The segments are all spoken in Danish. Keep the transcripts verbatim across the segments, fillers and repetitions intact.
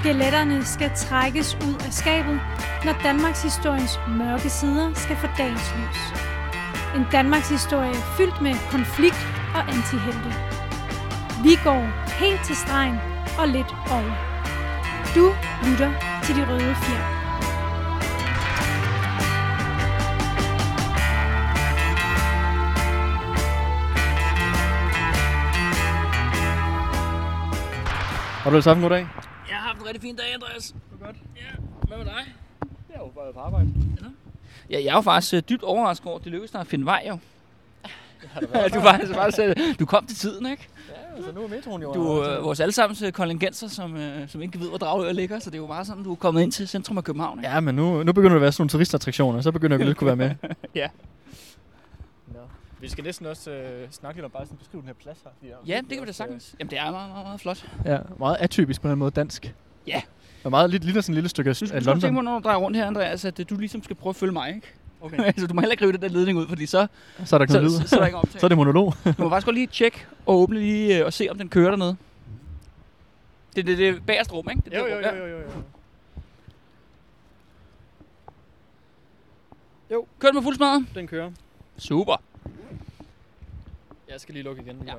Skeletterne skal trækkes ud af skabet, når Danmarks historiens mørke sider skal få dagens lys. En Danmarks historie fyldt med konflikt og antihelte. Vi går helt til stregen og lidt over. Du lytter til De Røde Fjer. Har du ellers haft en god dag? Jeg har haft en rigtig fin dag, Andreas. Det er godt. Ja, hvad med dig? Jeg har jo bare været på arbejde. Ja, ja jeg er jo faktisk uh, dybt overrasket over, at det lykkedes dig at finde vej, jo. Ja, du, faktisk, faktisk, du kom til tiden, ikke? Ja, altså nu er metroen jo... Du er uh, vores allesammens konlingenser, som, uh, som ikke ved, hvor Dragør ligger, så det er jo bare sådan, du er kommet ind til centrum af København, ikke? Ja, men nu, nu begynder det at være sådan nogle turistattraktioner, så begynder jeg lidt at kunne være med. Ja. Nå. Vi skal næsten også øh, snakke lidt om bare sådan beskrive den her plads her. Fordi ja, det kan vi da sagtens. Jamen, det er meget, meget, meget flot. Ja, meget atypisk på den måde dansk. Ja. Og meget lidt ligner sådan en lille stykke af London. Du skal tænke mig, når du drejer rundt her, Andreas, at du ligesom skal prøve at følge mig, ikke? Okay. Så du må heller ikke rive den der ledning ud, fordi så... Så er der ikke noget lyd. Så, så, er der ikke optag. Så er det monolog. Du må faktisk godt lige tjekke og åbne lige og se, om den kører dernede. Det er det, det bagerste rum, ikke? Det Jo, det jo, rum, jo, jo, jo, jo. Jo, kør den med fuld smadret. Den kører. Super. Jeg skal lige lukke igen. Ja.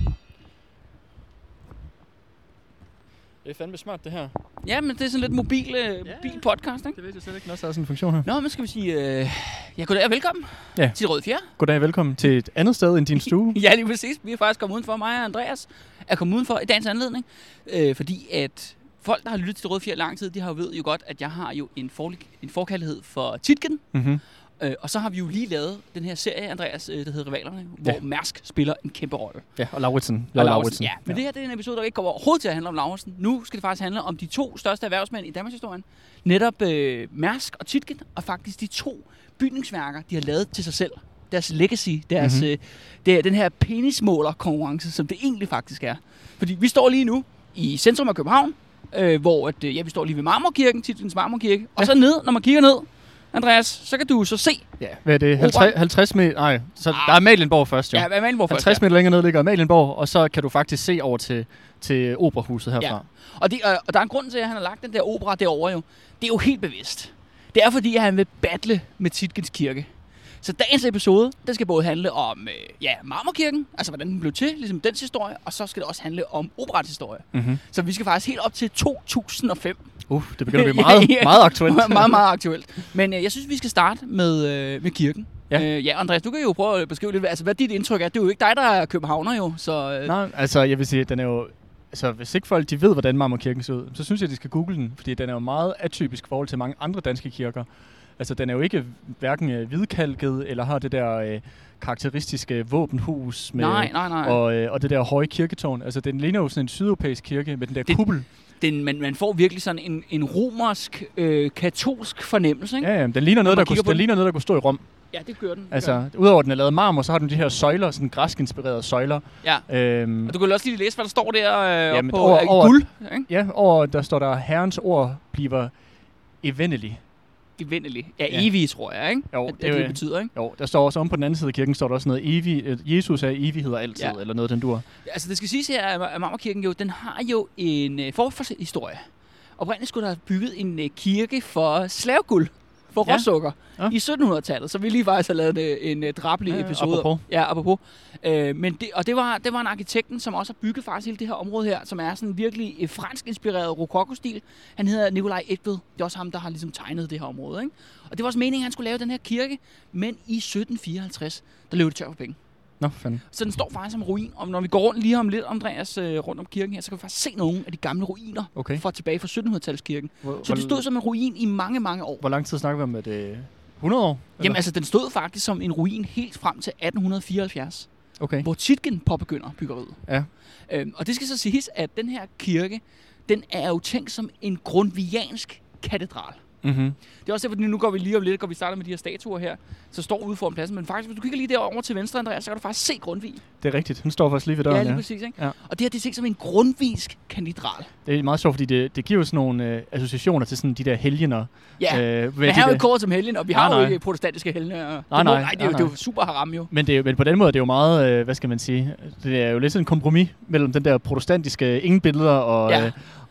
Det er fandme smart, det her. Ja, men det er sådan lidt mobil, øh, mobil podcast, ikke? Det ved jeg selv ikke, når der er sådan en funktion her. Nå, men skal vi sige, øh, ja, goddag og velkommen ja. til Røde Fjer. Goddag og velkommen til et andet sted end din stue. Ja, lige præcis. Vi er faktisk kommet udenfor, mig og Andreas er kommet udenfor i dagens anledning, øh, fordi at folk, der har lyttet til Røde Fjer i lang tid, de har jo ved jo godt, at jeg har jo en, for, en forkærlighed for Tietgen. Mhm. Øh, og så har vi jo lige lavet den her serie, Andreas, øh, der hedder Rivalerne, hvor Ja. Mærsk spiller en kæmpe rolle. Ja, og Lauritsen. Og Lauritsen. Ja, men ja. Det her det er en episode, der ikke går overhovedet til at handle om Lauritsen. Nu skal det faktisk handle om de to største erhvervsmænd i Danmarks historien. Netop øh, Mærsk og Tietgen, og faktisk de to bygningsværker, de har lavet til sig selv. Deres legacy, deres, mm-hmm. øh, det er den her penismåler-konkurrence, som det egentlig faktisk er. Fordi vi står lige nu i centrum af København, øh, hvor at, øh, ja, vi står lige ved Marmorkirken, Tietgens Marmorkirke, og så ned, når man kigger ned, Andreas, så kan du så se. Ja, hvad er det? halvtreds, halvtreds meter? Nej, så ah. der er Amalienborg først, jo. Ja, Amalienborg først. halvtreds meter længere ned ligger Amalienborg, og så kan du faktisk se over til, til operahuset herfra. Ja. Og, det, øh, og der er en grund til, at han har lagt den der opera derovre jo. Det er jo helt bevidst. Det er fordi, at han vil battle med Tietgens Kirke. Så dagens episode, den skal både handle om øh, ja, Marmorkirken, altså hvordan den blev til, ligesom dens historie, og så skal det også handle om operans historie. Mm-hmm. Så vi skal faktisk helt op til to tusind og fem. Uh, det begynder at blive meget, ja, ja. meget aktuelt. meget, meget aktuelt. Men øh, jeg synes, vi skal starte med, øh, med kirken. Ja. Øh, ja, Andreas, du kan jo prøve at beskrive lidt, altså hvad dit indtryk er. Det er jo ikke dig, der er københavner jo, så... Øh. Nej, altså jeg vil sige, den er jo... Altså, hvis ikke folk de ved, hvordan Marmorkirken ser ud, så synes jeg, de skal google den, fordi den er jo meget atypisk i forhold til mange andre danske kirker. Altså, den er jo ikke hverken øh, hvidkalket, eller har det der øh, karakteristiske våbenhus med, nej, nej, nej. Og, øh, og det der høje kirketårn. Altså, den ligner jo sådan en sydeuropæisk kirke med den der det, kuppel. Den, man, man får virkelig sådan en, en romersk, øh, katolsk fornemmelse, ikke? Ja, ja, den ligner noget, der kunne, den ligner noget, der kunne stå i Rom. Ja, det gør den. Altså, gør den. Udover at den er lavet marmor, så har den de her søjler, sådan græsk-inspirerede søjler. Ja, øhm, og du kan også lige læse, hvad der står der øh, jamen, på over, øh, over, guld. Ikke? Ja, og der står der, Herrens ord bliver evendelig. Evendelig. Ja, Ja. evig, tror jeg, ikke? Jo, at, det, det, det betyder, ikke? Jo, der står også om på den anden side af kirken, står der også noget evig. Jesus er evighed altid, Ja. eller noget den dur. Altså, det skal siges her, at Marmorkirken jo, den har jo en øh, forhistorie. Oprindeligt skulle der have bygget en øh, kirke for slaveguld, for Ja. råsukker, Ja. i sytten hundrede-tallet, så vi lige faktisk har lavet øh, en øh, drabelig Ja, episode. apropos. Ja, apropos. Øh, men det, og det var, det var en arkitekten, som også har bygget faktisk hele det her område her, som er sådan virkelig øh, fransk-inspireret rokoko-stil. Han hedder Nikolaj Etved. Det er også ham, der har ligesom tegnet det her område, ikke? Og det var også meningen, at han skulle lave den her kirke, men i sytten fireoghalvtreds, der løb det tør for penge. Nå, fanden. Så den står faktisk som ruin, og når vi går rundt lige om lidt, Andreas, øh, rundt om kirken her, så kan vi faktisk se nogle af de gamle ruiner Okay. fra tilbage fra sytten hundrede-tallskirken. Hvor, Så det stod som en ruin i mange, mange år. Hvor lang tid snakker vi om, at det er hundrede år? Eller? Jamen altså, den stod faktisk som en ruin helt frem til atten fireoghalvfjerds, okay. hvor Tietgen påbegynder byggeriet. Ja. Øhm, og det skal så siges, at den her kirke, den er jo tænkt som en grundviansk katedral. Mm-hmm. Det er også derfor, nu går vi lige om lidt, går vi starter med de her statuer her, så står ude foran pladsen. Men faktisk, hvis du kigger lige derover til venstre, Andreas, så kan du faktisk se Grundtvig. Det er rigtigt. Hun står faktisk lige ved døren. Ja, lige ja. præcis, ikke? Ja. Og det her, det er set som en grundtvigsk katedral. Det er meget sjovt, fordi det, det giver jo sådan nogle øh, associationer til sådan de der helgener. Ja, øh, men her er jo kåret som helgen, og vi nej, har jo nej. ikke protestantiske helgener. Nej, det nej, må, nej, det er jo, nej, det er nej. jo super haram jo. Men, det er, men på den måde det er jo meget, øh, hvad skal man sige, det er jo lidt sådan en kompromis mellem den der protestantiske ingen billeder og, Ja. øh,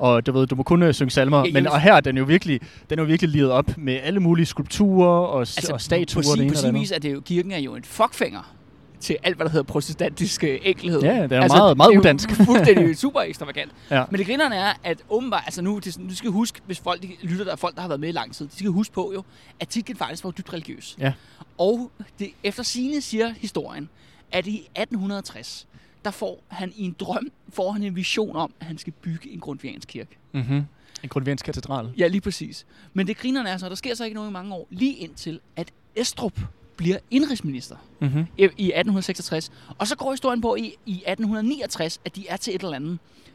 og du ved, du må kun øh, synge salmer. Ja, men vil... og her er den jo virkelig, den er jo virkelig livet op med alle mulige skulpturer og, altså, og statuer. På, det på sin vis er det jo, kirken er jo en fuckfinger til alt, hvad der hedder protestantisk øh, enkelhed. Ja, det er altså, meget, meget det er udansk. Fuldstændig super ekstravagant. Ja. Men det grinerne er, at åbenbart, altså nu, det, du skal huske, hvis folk de lytter, der er folk, der har været med i lang tid, de skal huske på jo, at Tietgen faktisk var dybt religiøs. Ja. Og det, efter sigende siger historien, at i atten tres, der får han i en drøm, får han en vision om, at han skal bygge en grundtvigiansk kirke. Mm-hmm. En grundtvigiansk katedral. Ja, lige præcis. Men det grinerne er så, der sker så ikke noget i mange år, lige indtil, at Estrup bliver indrigsminister mm-hmm. i, i atten seksogtres. Og så går historien på i, i atten niogtres, at de er til et eller andet,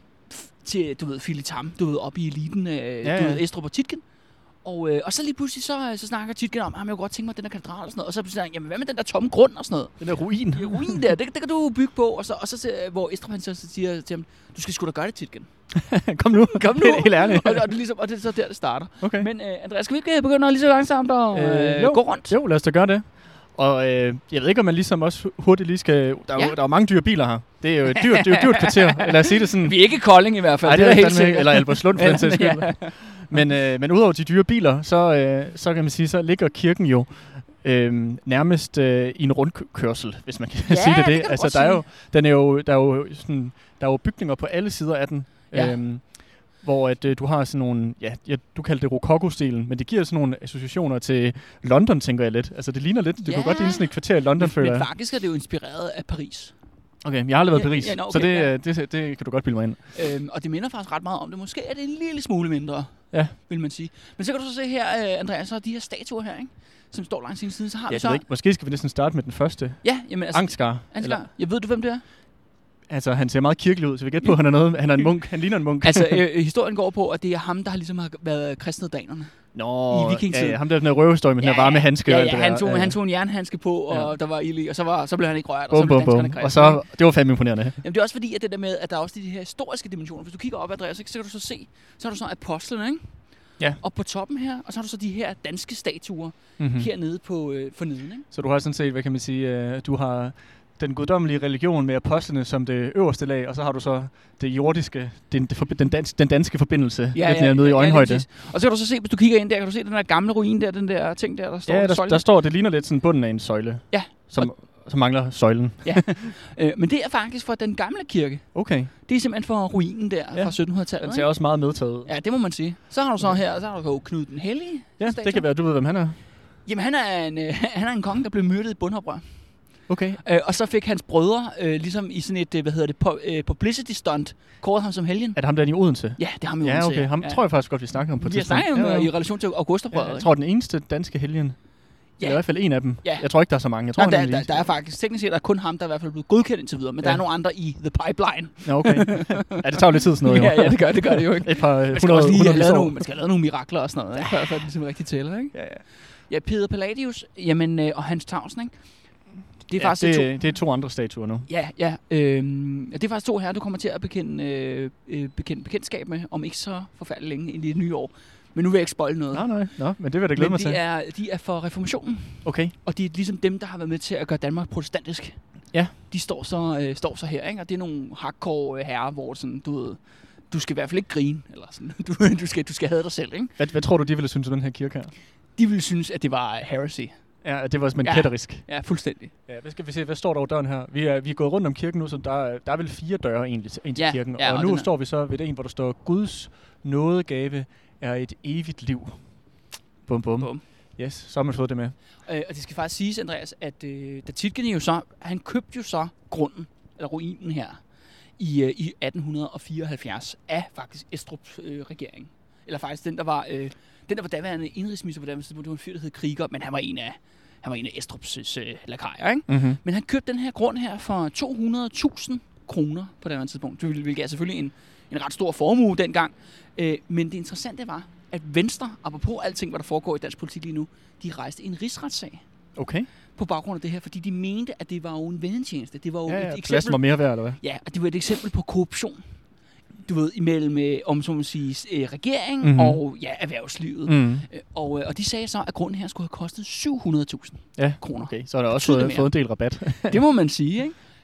til, du ved, Philip Tam, du ved, oppe i eliten, øh, ja, du ved, ja. Estrup og Tietgen. Og, øh, og så lige pludselig, så, så snakker Tietgen om, at jeg kunne godt tænke mig den der katedral og sådan noget. Og så siger han, jamen hvad med den der tomme grund og sådan noget? Den der ruin. Ja, ruin der, det, det kan du bygge på. Og så, og så hvor Estrup han så siger til ham, du skal sgu da gøre det, Tietgen. Kom nu. Kom nu. Helt, helt ærligt. og, og, det ligesom, og det er så der, det starter. Okay. Men øh, Andreas, skal vi ikke begynde at lige så langsomt at øh, jo. gå rundt? Jo, lad os da gøre det. Og øh, jeg ved ikke, om man ligesom også hurtigt lige skal... Der er, ja. jo, der er jo mange dyre biler her. Det er jo et dyrt, det er jo dyrt kvarter. Lad os sige det sådan. Vi er ikke Kolding i hvert fald. Nej, det er, det er helt helt sikkert. Eller Albertslund for den sags skyld. Ja. Men, øh, men udover de dyre biler, så, øh, så kan man sige, så ligger kirken jo øh, nærmest øh, i en rundkørsel, hvis man kan ja, sige det. det. det. Altså, der er jo, den er jo, der er jo sådan, der er jo bygninger på alle sider af den. Ja. Øhm, hvor at, øh, du har sådan nogle, ja, ja, du kalder det rokoko-stilen, men det giver sådan nogle associationer til London, tænker jeg lidt. Altså, det ligner lidt, det ja. kunne godt ligne sådan et kvarter i London, men, føler jeg. Men faktisk er det jo inspireret af Paris. Okay, jeg har aldrig været i Paris, ja, ja, no, okay, så det, ja. det, det, det kan du godt bilde mig ind. Øhm, og det minder faktisk ret meget om det. Måske er det en lille smule mindre, ja. vil man sige. Men så kan du så se her, uh, Andreas, så er de her statuer her, ikke? Som står langs sin side. Så har ja, du så... ikke. Måske skal vi næsten starte med den første. Ja, jamen altså... Ansgar. Ansgar. Jeg ved du, hvem det er? Altså, han ser meget kirkelig ud, så vi gætter på, at han er, noget, han er en munk. Han ligner en munk. altså, øh, historien går på, at det er ham, der har ligesom har været kristnet danerne. Nå, i vikingtiden. Ja, ja, ham der den der røvehistorie med ja, den der varme handske. Ja, og ja, det han, der. tog, ja. han tog en jernhandske på, og ja. der var ild i, og så, var, så blev han ikke rørt, bum, og så blev bum, danskerne kristne. Og så, det var fandme imponerende. Jamen det er også fordi, at det der med, at der er også de her historiske dimensioner. Hvis du kigger op, Andreas, så kan du så se, så har du så apostlene, ikke? Ja. Og på toppen her, og så har du så de her danske statuer mm-hmm. hernede på øh, forneden, ikke? Så du har sådan set, hvad kan man sige, øh, du har den guddommelige religion med apostlene som det øverste lag, og så har du så det jordiske, den, den, dans, den danske forbindelse, ja, lidt ja, nede i øjenhøjde. Ja, og så kan du så se, hvis du kigger ind der, kan du se den der gamle ruin der, den der ting der, der står. Ja, der, der står, det ligner lidt sådan bunden af en søjle, ja. som, som mangler søjlen. Ja, øh, men det er faktisk for den gamle kirke. Okay. Det er simpelthen for ruinen der ja. fra syttenhundredetallet. Den ser også meget medtaget ud. Ja, det må man sige. Så har du så her, så har du Knud den Hellige. Ja, statue. det kan være, du ved, hvem han er. Jamen, han er en, øh, han er en konge, der blev myrdet i bundoprør. Okay. Øh, og så fik hans brødre, øh, ligesom i sådan et, hvad hedder det, pu- øh, publicity stunt, kåret ham som helgen. Er det ham der i Odense? Ja, det er ham i ja, Odense. Okay. Ham ja. tror jeg faktisk godt, vi snakker om på et tidspunkt. Vi har snakket om ja, ja. i relation til augustoprøret. Ja, jeg tror, den eneste danske helgen. Ja. Eller i hvert fald en af dem. Ja. Jeg tror ikke, der er så mange. Jeg tror, Nå, der, der, der er faktisk, teknisk set, der er kun ham, der er i hvert fald blevet godkendt indtil videre, men ja. der er nogle andre i the pipeline. Ja, okay. Ja, det tager jo lidt tid sådan noget, jo. ja, ja, det gør det, gør det jo ikke. Et par man skal også lige have lavet nogle, man skal have lavet nogle mirakler og sådan noget, ikke? For, for at det ligesom rigtig tæller, ikke? Ja, ja. Ja, Peder Palladius, jamen, øh, og Hans Tausen, ikke? Det er ja, faktisk det, to. det er to andre statuer nu. Ja, ja. Øhm, det er faktisk to her, du kommer til at bekende, øh, bekende bekendtskab med, om ikke så forfærdeligt længe ind i det nye år. Men nu vil jeg ikke spoile noget. Nej, nej. Nå, men det vil jeg da glæde men mig til. Er, de er for reformationen. Okay. Og de er ligesom dem, der har været med til at gøre Danmark protestantisk. Ja. De står så, øh, står så her, ikke? Og det er nogle hardcore øh, herrer, hvor sådan, du ved, du skal i hvert fald ikke grine, eller sådan. Du, du, skal, du skal have dig selv, ikke? Hvad, hvad tror du, de ville synes om den her kirke her? De ville synes, at det var heresy. Ja, det var simpelthen ja. kætterisk. Ja, fuldstændig. Ja, hvad skal vi se? Hvad står der over døren her? Vi er, vi er gået rundt om kirken nu, så der er, der er vel fire døre egentlig ind til ja, kirken. ja, og, og nu er... står vi så ved det en, hvor der står, Guds nådegave er et evigt liv. Bum, bum. bum. Yes, så har man fået det med. Øh, og det skal faktisk siges, Andreas, at øh, da Tietgen jo så, han købte jo så grunden, eller ruinen her, i, øh, i atten fireoghalvfjerds af faktisk Estrups øh, regering. Eller faktisk den, der var, øh, den, der var daværende indrigsminister på daværende, det var en fyr, der hed Kriger, men han var en af, han var en af Estrups øh, lakajer, ikke? Mm-hmm. Men han købte den her grund her for to hundrede tusind kroner på daværende tidspunkt. Det ville gav selvfølgelig en, en ret stor formue dengang. Øh, men det interessante var, at Venstre, apropos alting, hvad der foregår i dansk politik lige nu, de rejste en rigsretssag. Okay. På baggrund af det her, fordi de mente, at det var jo en vennetjeneste. Det var jo ja, ja, et eksempel. var mere værd, eller hvad? Ja, og det var et eksempel på korruption. Du ved, imellem, øh, om så man sige, øh, regeringen mm-hmm. og ja, erhvervslivet. Mm. Øh, og, øh, og de sagde så, at grunden her skulle have kostet syv hundrede tusind ja, kroner. Okay. Så har der også fået, fået en del rabat. Det må man sige, ikke?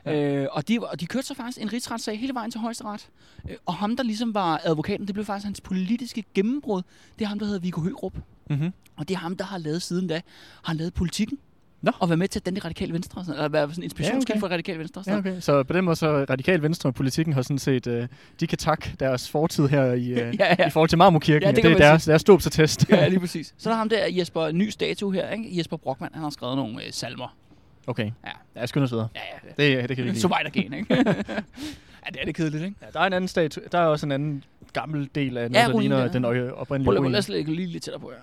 Ja. Øh, og, de, og de kørte så faktisk en rigsretssag hele vejen til højesteret. Øh, og ham, der ligesom var advokaten, det blev faktisk hans politiske gennembrud. Det er ham, der hedder Viggo Hørup. Mm-hmm. Og det er ham, der har lavet siden da, har lavet Politikken. Nå. Og været med til at danne det radikale venstre, eller være sådan en inspirationskilde ja, okay. for radikale venstre. Ja, okay. Så på den måde, så radikale venstre og Politikken har sådan set, øh, de kan takke deres fortid her i, øh, ja, ja. i forhold til Marmorkirken. Ja, det, det er deres, deres dåbsattest. Ja, lige præcis. Så der er ham der, Jesper, ny statue her, ikke? Jesper Brockmann, han har skrevet nogle øh, salmer. Okay. Ja. Jeg skynder os videre. Ja, ja. Det, det kan vi lide. Så vej der gen, ikke? Ja, det er det kedeligt, ikke? Ja, der er en anden statue. Der er også en anden gammel del af noget, ja, der ligner ja. den oprindelige ruin. ruin. Lad os lægge lige lidt tættere på her.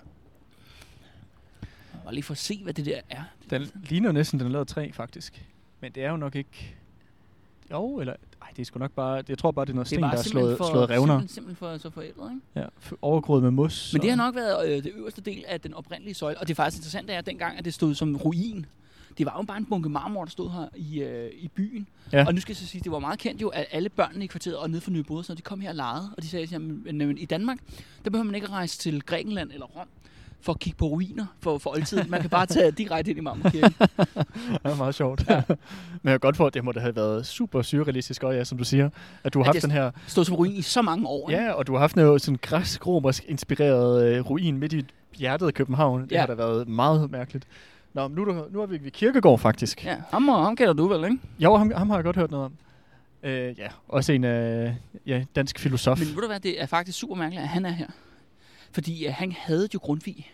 Og lige for at se, hvad det der er. Den ligner næsten, den er lavet træ, faktisk. Men det er jo nok ikke... Jo, eller... Ej, det er sgu nok bare... Jeg tror bare, det er noget sten, der er slået, for, slået revner. Simpelthen, simpelthen for så forældret, ikke? Ja, for overgroet med mos. Men det har nok været øh, det øverste del af den oprindelige søjle. Og det er faktisk interessant, at dengang, at det stod som ruin. Det var jo bare en bunke marmor, der stod her i, øh, i byen. Ja. Og nu skal jeg så sige, det var meget kendt jo, at alle børnene i kvarteret og nede for Nye Boder, så de kom her og legede. Og de sagde, at i Danmark, der behøver man ikke rejse til Grækenland eller Rom for at kigge på ruiner for, for altid. Man kan bare tage direkte ind i Marmorkirken. Det er meget sjovt. Ja. Men jeg kan godt for, at det må da have været super surrealistisk, og ja, som du siger, at du har ja, haft den her... stod som ruin i så mange år. Ja, og du har haft en sådan græsk-romersk inspireret øh, ruin midt i hjertet af København. Det ja. har da været meget mærkeligt. Nå, nu, du, nu er vi ved Kierkegaard, faktisk. Ja, ham, ham kender du vel, ikke? Jo, ham, ham har jeg godt hørt noget om. Øh, ja, også en øh, ja, dansk filosof. Men ved du hvad, det er faktisk super mærkeligt, at han er her. Fordi øh, han havde jo Grundtvig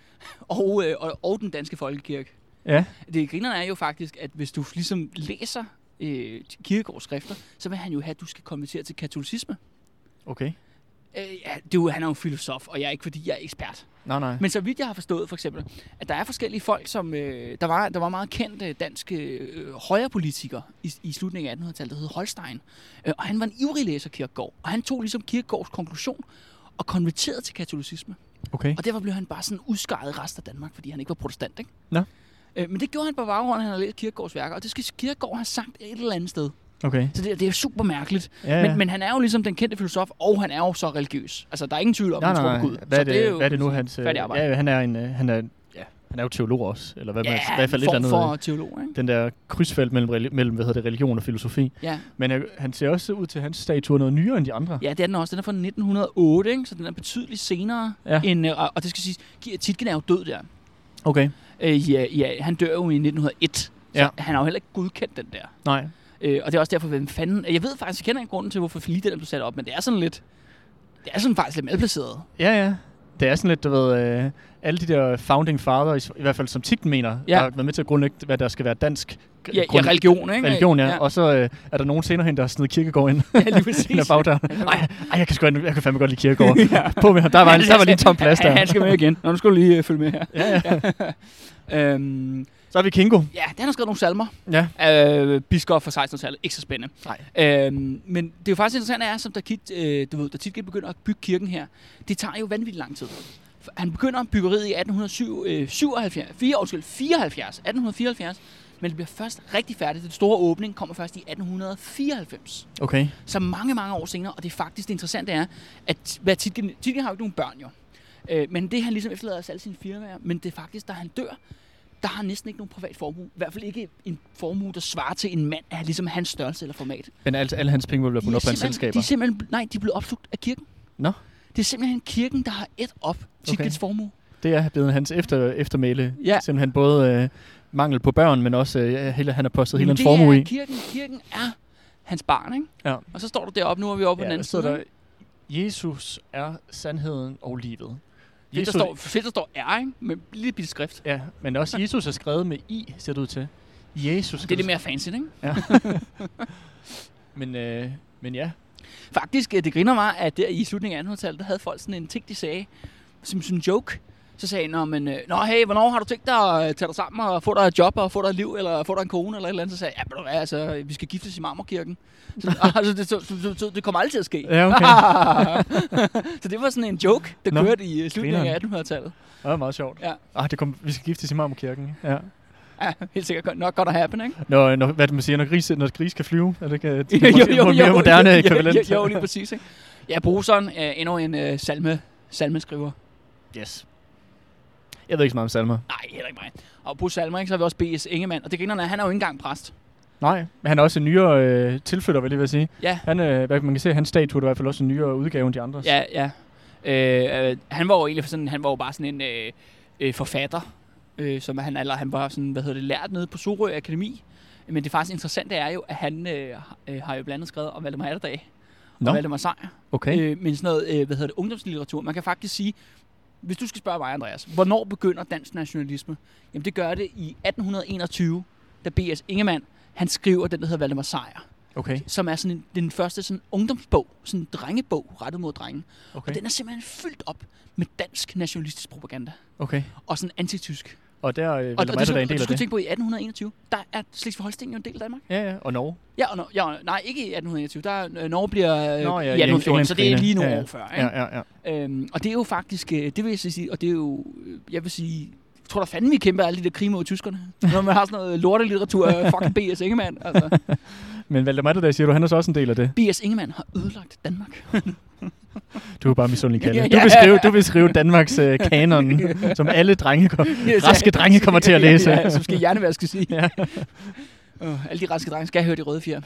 og, øh, og, og den danske folkekirke. Ja. Det grinerne er jo faktisk, at hvis du ligesom læser øh, Kierkegaards skrifter, så vil han jo have, at du skal konvertere til katolicisme. Okay. Øh, ja, det er jo, han er jo filosof, og jeg er ikke, fordi jeg er ekspert. Nej, nej. Men så vidt jeg har forstået, for eksempel, at der er forskellige folk, som... Øh, der, var, der var meget kendte danske øh, højrepolitikere i, i slutningen af attenhundredetallet, der hed Holstein. Øh, og han var en ivrig læser Kierkegaard. Og han tog ligesom Kierkegaards konklusion og konverterede til katolicisme. Okay. Og derfor blev han bare sådan udskaret i resten af Danmark, fordi han ikke var protestant, ikke? Nå. Øh, men det gjorde han på baggrund, han havde læst Kierkegaards værker, og det skal Kierkegaard have sagt et eller andet sted. Okay. Så det, det er super mærkeligt. Ja, ja. Men, men han er jo ligesom den kendte filosof, og han er jo så religiøs. Altså, der er ingen tvivl om, nej, han tror på Gud. Hvad er det, så det er jo hvad er det nu, hans... Ja, han er en... Han er, ja, han er jo teolog også, eller hvad ja, man, i hvert fald lidt andet. for teolog, ikke? Den der krydsfelt mellem, mellem hvad hedder det, religion og filosofi. Ja. Men jeg, han ser også ud til, at hans statue er noget nyere end de andre. Ja, det er den også. Den er fra nitten hundrede og otte, ikke? Så den er betydeligt senere. Ja. End, og det skal siges, Tietgen er jo død der. Okay. Øh, ja, ja, han dør jo i nitten hundrede og et, så ja. han har jo heller ikke godkendt den der. Nej. Øh, og det er også derfor, hvem fanden... Jeg ved faktisk, jeg kender ikke grunden til, hvorfor lige den blev sat op, men det er sådan lidt... Det er sådan faktisk lidt malplaceret. Ja, ja. Det er sådan lidt, du ved... Øh, alle de der founding fathers, i, i hvert fald som Tietgen mener, ja. har været med til at grundlægge, hvad der skal være dansk... Ja, ja, religion, ikke? Religion, ja. ja. Og så øh, er der nogen senere hen, der har snedet Kierkegaard ind. Ja, lige præcis. Ej, ej, jeg kan, sgu, jeg kan fandme godt lide Kierkegaard. Ja. På med ham. Der var, der var lige en tom plads der. Ja, han skal med igen. Nå, nu skal du lige uh, følge med her. Ja, ja. øhm, så har vi Kingo. Ja, den har skrevet nogle salmer. Ja. Øh, biskop fra sekstenhundredetallet. Ikke så spændende. Nej. Øhm, men det er jo faktisk interessant, at som der Kit, øh, du ved, da Tietgen begynder at bygge kirken her, det tager jo vanvittigt lang tid. Han begynder byggeriet i atten syvoghalvfjerds, fire, undskyld, fireoghalvfjerds, atten fireoghalvfjerds, men det bliver først rigtig færdigt. Den store åbning kommer først i atten fireoghalvfems. Okay. Så mange, mange år senere, og det er faktisk det interessante er, at hvad Tietgen, Tietgen har jo ikke nogen børn jo, øh, men det han ligesom efterlader os alle sine firmaer, men det er faktisk, da han dør, der har han næsten ikke nogen privat formue. I hvert fald ikke en formue, der svarer til en mand af ligesom hans størrelse eller format. Men altså alle hans penge vil blive bundet op på hans selskaber? De er simpelthen, nej, de er blevet opslugt af kirken. Nå. Det er simpelthen kirken, der har et op Tietgens okay. formue. Det er blevet hans efter, eftermæle. Ja. Simpelthen både øh, mangel på børn, men også øh, hele, han har postet hele hans formue i. Kirken, kirken er hans barn, ikke? Ja. Og så står du deroppe, nu er vi oppe ja, på den anden side. Der, Jesus er sandheden og livet. Fedt, Jesus, der står, fedt, der står er, ikke? Med lille bitte skrift. Ja, men også Jesus er skrevet med i, ser det ud til. Jesus. Det er det mere fancy, ikke? Ja. men, øh, men ja. Faktisk, det griner mig, at der i slutningen af attenhundredetallet, der havde folk sådan en ting, de sagde, som sådan en joke. Så sagde jeg, men, Nå, hey, hvornår har du tænkt dig at tage dig sammen og få dig et job og få dig et liv, eller få dig en kone, eller et eller andet? Så sagde jeg, ja, men altså, vi skal giftes i Marmorkirken. Så, altså, det, så, så, så, det kommer aldrig til at ske. Ja, okay. Så det var sådan en joke, der Nå, kørte i slutningen af attenhundredetallet. Det var meget sjovt. Ja. Ah, det kom, vi skal giftes i Marmorkirken. Ja. Ja, helt sikkert nok godt at happen, ikke? Når, når, hvad man siger, når gris, når gris kan flyve, er det ikke det, det jo, jo, jo, mere moderne jo, ekvivalent? Jo, jo, lige præcis, ikke? Ja, Bruseren er endnu en uh, salme, salmeskriver. Yes. Jeg ved ikke så meget om salmer. Nej, heller ikke mig. Og på salmer, ikke, så har vi også B S Ingemann. Og det griner, han er jo ikke engang præst. Nej, men han er også en nyere øh, tilflytter, vil jeg lige sige. Ja. Han, øh, hvad man kan se, hans statue er i hvert fald også en nyere udgave end de andres. Ja, ja. Øh, øh, han var jo egentlig sådan, han var jo bare sådan en øh, øh, forfatter, øh, som han, eller han var sådan, hvad hedder det, lært nede på Sorø Akademi. Men det faktisk interessante er jo, at han øh, øh, har jo blandt andet skrevet om Valdemar Atterdag og Nå. Valdemar Sejr. Okay. Øh, men sådan noget, øh, hvad hedder det, ungdomslitteratur. Man kan faktisk sige, hvis du skal spørge mig, Andreas, hvornår begynder dansk nationalisme? Jamen det gør det i atten enogtyve, da B S Ingemann, han skriver den, der hedder Valdemar Sejr. Okay. Som er sådan en, den første sådan ungdomsbog, sådan en drengebog rettet mod drenge. Okay. Og den er simpelthen fyldt op med dansk nationalistisk propaganda. Okay. Og sådan antitysk. Og der øh, Og, og Valdemar du, Atterdag en du del af skulle det. tænke på, i atten enogtyve, der er Slesvig-Holsten jo en del af Danmark. Ja, ja, og Norge. Ja, og no, ja, nej, ikke i atten enogtyve. Der er, øh, Norge bliver øh, Nå, ja, i atten fjorten, så det er lige nogle ja, ja. år før. Ikke? Ja, ja, ja. Øhm, og det er jo faktisk, øh, det vil jeg sige, og det er jo, øh, jeg vil sige, jeg tror da fanden, vi kæmper alle de der krige mod tyskerne. Når man har sådan noget lortelitteratur, fucking B S Ingemann. Altså. Men Valdemar Atterdag, siger du, han er så også en del af det? B S Ingemann har ødelagt Danmark. Du er bare misundelig, Kalle. Ja, Du ja, vil skrive, ja. du vil skrive Danmarks øh, kanon, som alle drenge, raske drenge kommer til at læse. Ja, som skal hjernevaske sige. Ja. Uh, alle de raske drenge skal høre de røde fjer.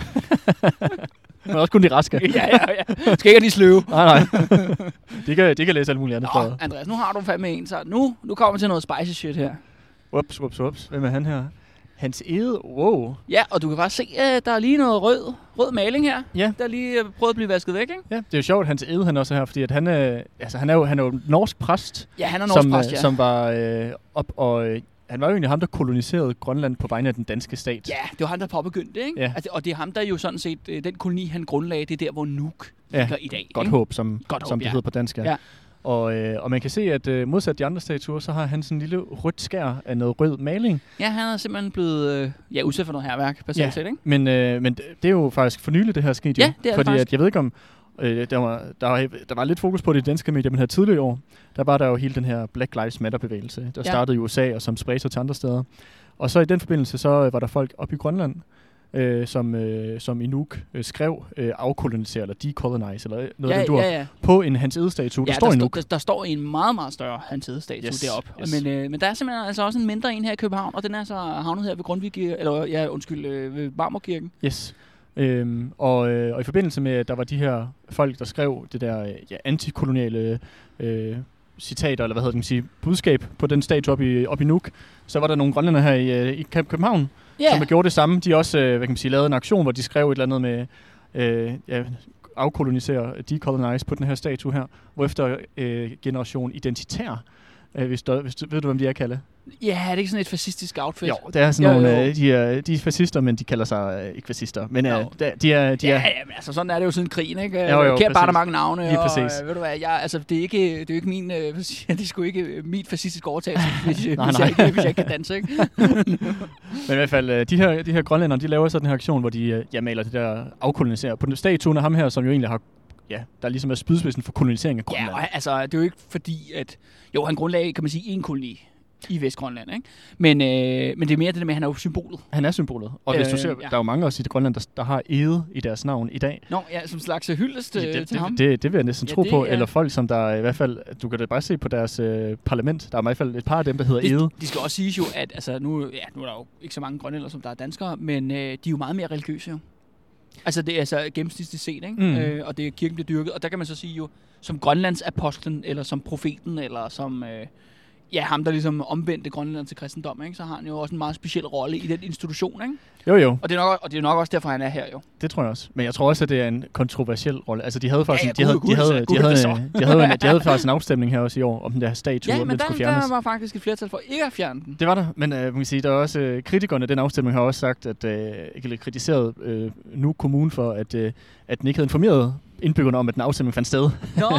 Men også kun de raske. ja, ja, ja. Skal ikke have de sløve. Nej, nej. De kan, de kan læse alle mulige andre Nå, Andreas, nu har du fandme en, så nu, nu kommer vi til noget spicy shit her. Ups, ups, ups. Hvem er han her? Hans Ede, wow. Ja, og du kan bare se, at der er lige noget rød, rød maling her. Ja. Der er lige prøvet at blive vasket væk, ikke? Ja, det er jo sjovt, at Hans Ede han også er her, fordi at han, øh, altså, han, er jo, han er jo norsk præst. Ja, han er norsk som, præst, ja. Som var øh, op og... Øh, han var jo egentlig ham, der koloniserede Grønland på vegne af den danske stat. Ja, det var ham, der påbegyndte, ikke? Ja. Altså, og det er ham, der jo sådan set, øh, den koloni, han grundlagde, det er der, hvor Nuuk Ja. ligger i dag. Godt ikke? håb, som, Godt håb, som det ja. hedder på dansk. Ja. Ja. Og, øh, og man kan se, at øh, modsat de andre statuer, så har han sådan en lille rødt skær af noget rød maling. Ja, han er simpelthen blevet øh, ja, udsat for noget herværk, basalt Ja. set, ikke? Men, øh, men det er jo faktisk for nylig, det her sket. Ja, jo. det er det Fordi faktisk. at, jeg ved ikke om... Øh, der, var, der, var, der var lidt fokus på det i danske medier, men her tidligere i år, der var der jo hele den her Black Lives Matter-bevægelse, der Ja. startede i U S A og som spredte sig til andre steder. Og så i den forbindelse, så øh, var der folk op i Grønland, øh, som, øh, som i Nuuk øh, skrev øh, afkolonisere eller decolonize eller noget Ja, af den dur, ja, ja. på en Hans Ede-statue, der Ja, står der, i stå, Nuuk. der, der står en meget, meget større Hans Ede-statue Yes, deroppe. yes. Men, øh, men der er simpelthen altså også en mindre en her i København, og den er så havnet her ved Grundtvig, eller ja, undskyld, øh, ved Marmorkirken. Yes. Øhm, og, øh, og i forbindelse med, at der var de her folk, der skrev det der øh, ja, antikoloniale øh, citater, eller hvad hedder det, man sige, budskab på den statue op i, op i Nuuk, så var der nogle grønlænder her i, øh, i København, Ja, som har gjort det samme. De også, øh, hvad kan man sige, lavede en aktion, hvor de skrev et eller andet med øh, ja, afkolonisere, decolonize på den her statue her, hvorefter øh, generation identitær, øh, hvis, du, hvis du, ved du, hvem de er, Kalle? ja, er det ikke sådan et fascistisk outfit? Jo, det er sådan Jo, nogle, jo. øh, de, er, de er fascister, men de kalder sig øh, ikke fascister. Men øh, Jo. de, de er... De Ja, er ja, men altså sådan er det jo siden krigen, ikke? Jo, jo, Kært bare der præcis. mange navne, Lige og præcis. øh, ved du hvad, jeg, altså, det er ikke, det er jo ikke min, øh, hvad siger jeg, det er sgu ikke øh, min fascistisk overtagelse, hvis, Nej, hvis, nej. jeg ikke, hvis jeg ikke kan danse, ikke? Men i hvert fald, øh, de her, de her grønlændere, de laver så den her aktion, hvor de øh, ja, maler det der afkolonisere. På den statuen af ham her, som jo egentlig har, ja, der ligesom er spydspidsen for kolonisering af Grønland. Ja, og, altså, det er jo ikke fordi, at... Jo, han grundlagde, kan man sige, en koloni i Vestgrønland, ikke? Men, øh, men det er mere det der med, at han er jo symbolet. Han er symbolet. Og hvis Øh, du ser, ja. der er jo mange også i Grønland, der, der har Ede i deres navn i dag. Nå, ja, som slags hyldest øh, Ja, det, til ham. det, det, det vil jeg næsten Ja, tro det på. er- Eller folk, som der i hvert fald... Du kan da bare se på deres øh, parlament. Der er i hvert fald et par af dem, der hedder Ede. Det, de skal også sige jo, at altså, nu, ja, nu er der jo ikke så mange grønlændere, som der er danskere, men øh, de er jo meget mere religiøse jo. Altså det er altså gennemsnitligt set, ikke? Mm. Øh, og det er kirken bliver dyrket, og der kan man så sige jo, som Grønlands apostlen, eller som profeten, eller som... Øh, ja, ham der ligesom omvendte Grønland til kristendom, ikke? Så har han jo også en meget speciel rolle i den institution, ikke? Jo, jo. Og det er nok, og det er nok også derfor, han er her jo. Det tror jeg også. Men jeg tror også, at det er en kontroversiel rolle. Altså, de havde faktisk... Ja, ja, de havde, gud, de havde, gud, de gud, havde, det de så. havde, de havde, en- de havde faktisk en afstemning her også i år, om den der statue, Ja, om men den der, skulle fjernes. der var faktisk et flertal for ikke at fjerne den. Det var der, men øh, man kan sige, der er også øh, kritikerne af den afstemning har også sagt, at øh, ikke kritiseret øh, nu kommunen for, at, øh, at den ikke havde informeret indbyggerne om, at den afstemning fandt sted. Nå,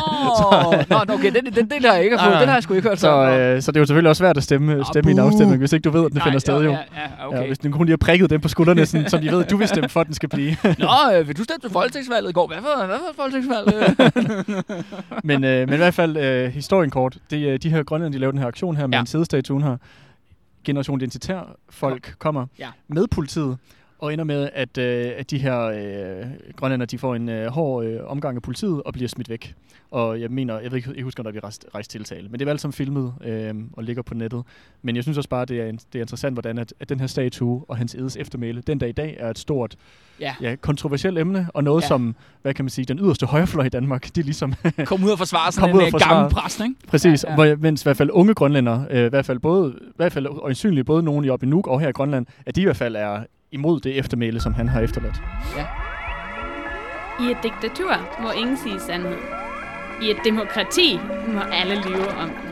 Så- nå, nå, okay, den, den del har jeg ikke Nej, fået. nej. Den har jeg sgu ikke hørt Så, før. øh, så det er jo selvfølgelig også svært at stemme, Ah, stemme i en buh. afstemning, hvis ikke du ved, at den finder sted jo. Ja, ja, Ja, okay. hvis den kun lige har prikket dem på skuldrene, sådan, som de ved, at du vil stemme for, at den skal blive. Nå, øh, vil du stemme til folketingsvalget i går? Hvad for, hvad for et folketingsvalg? men, øh, men i hvert fald, øh, historien kort. Det er de her grønlænder, de lavede den her aktion her med Ja. en sædestatue her. Generation Identitær folk kommer Ja. med politiet. Og ender med, at, øh, at de her øh, grønlænder, de får en øh, hård øh, omgang af politiet og bliver smidt væk. Og jeg mener, jeg ved ikke, jeg husker, når vi rejste, rejste tiltale, men det er alt sammen filmet øh, og ligger på nettet. Men jeg synes også bare, det er, det er interessant, hvordan at, at den her statue og hans edes eftermæle, den dag i dag er et stort, ja. Ja, kontroversielt emne, og noget ja. som, hvad kan man sige, den yderste højrefløj i Danmark, de ligesom... Kom ud og forsvare sådan en forsvare. gammel præst, ikke? Præcis, ja, ja. mens i hvert fald unge grønlænder, øh, i hvert fald både, i hvert fald øjensynligt både nogen i oppe i Nuuk og her i Grønland, at de i hvert fald er imod det eftermæle, som han har efterladt. Ja. I et diktatur må ingen sige sandhed. I et demokrati må alle lyve om den.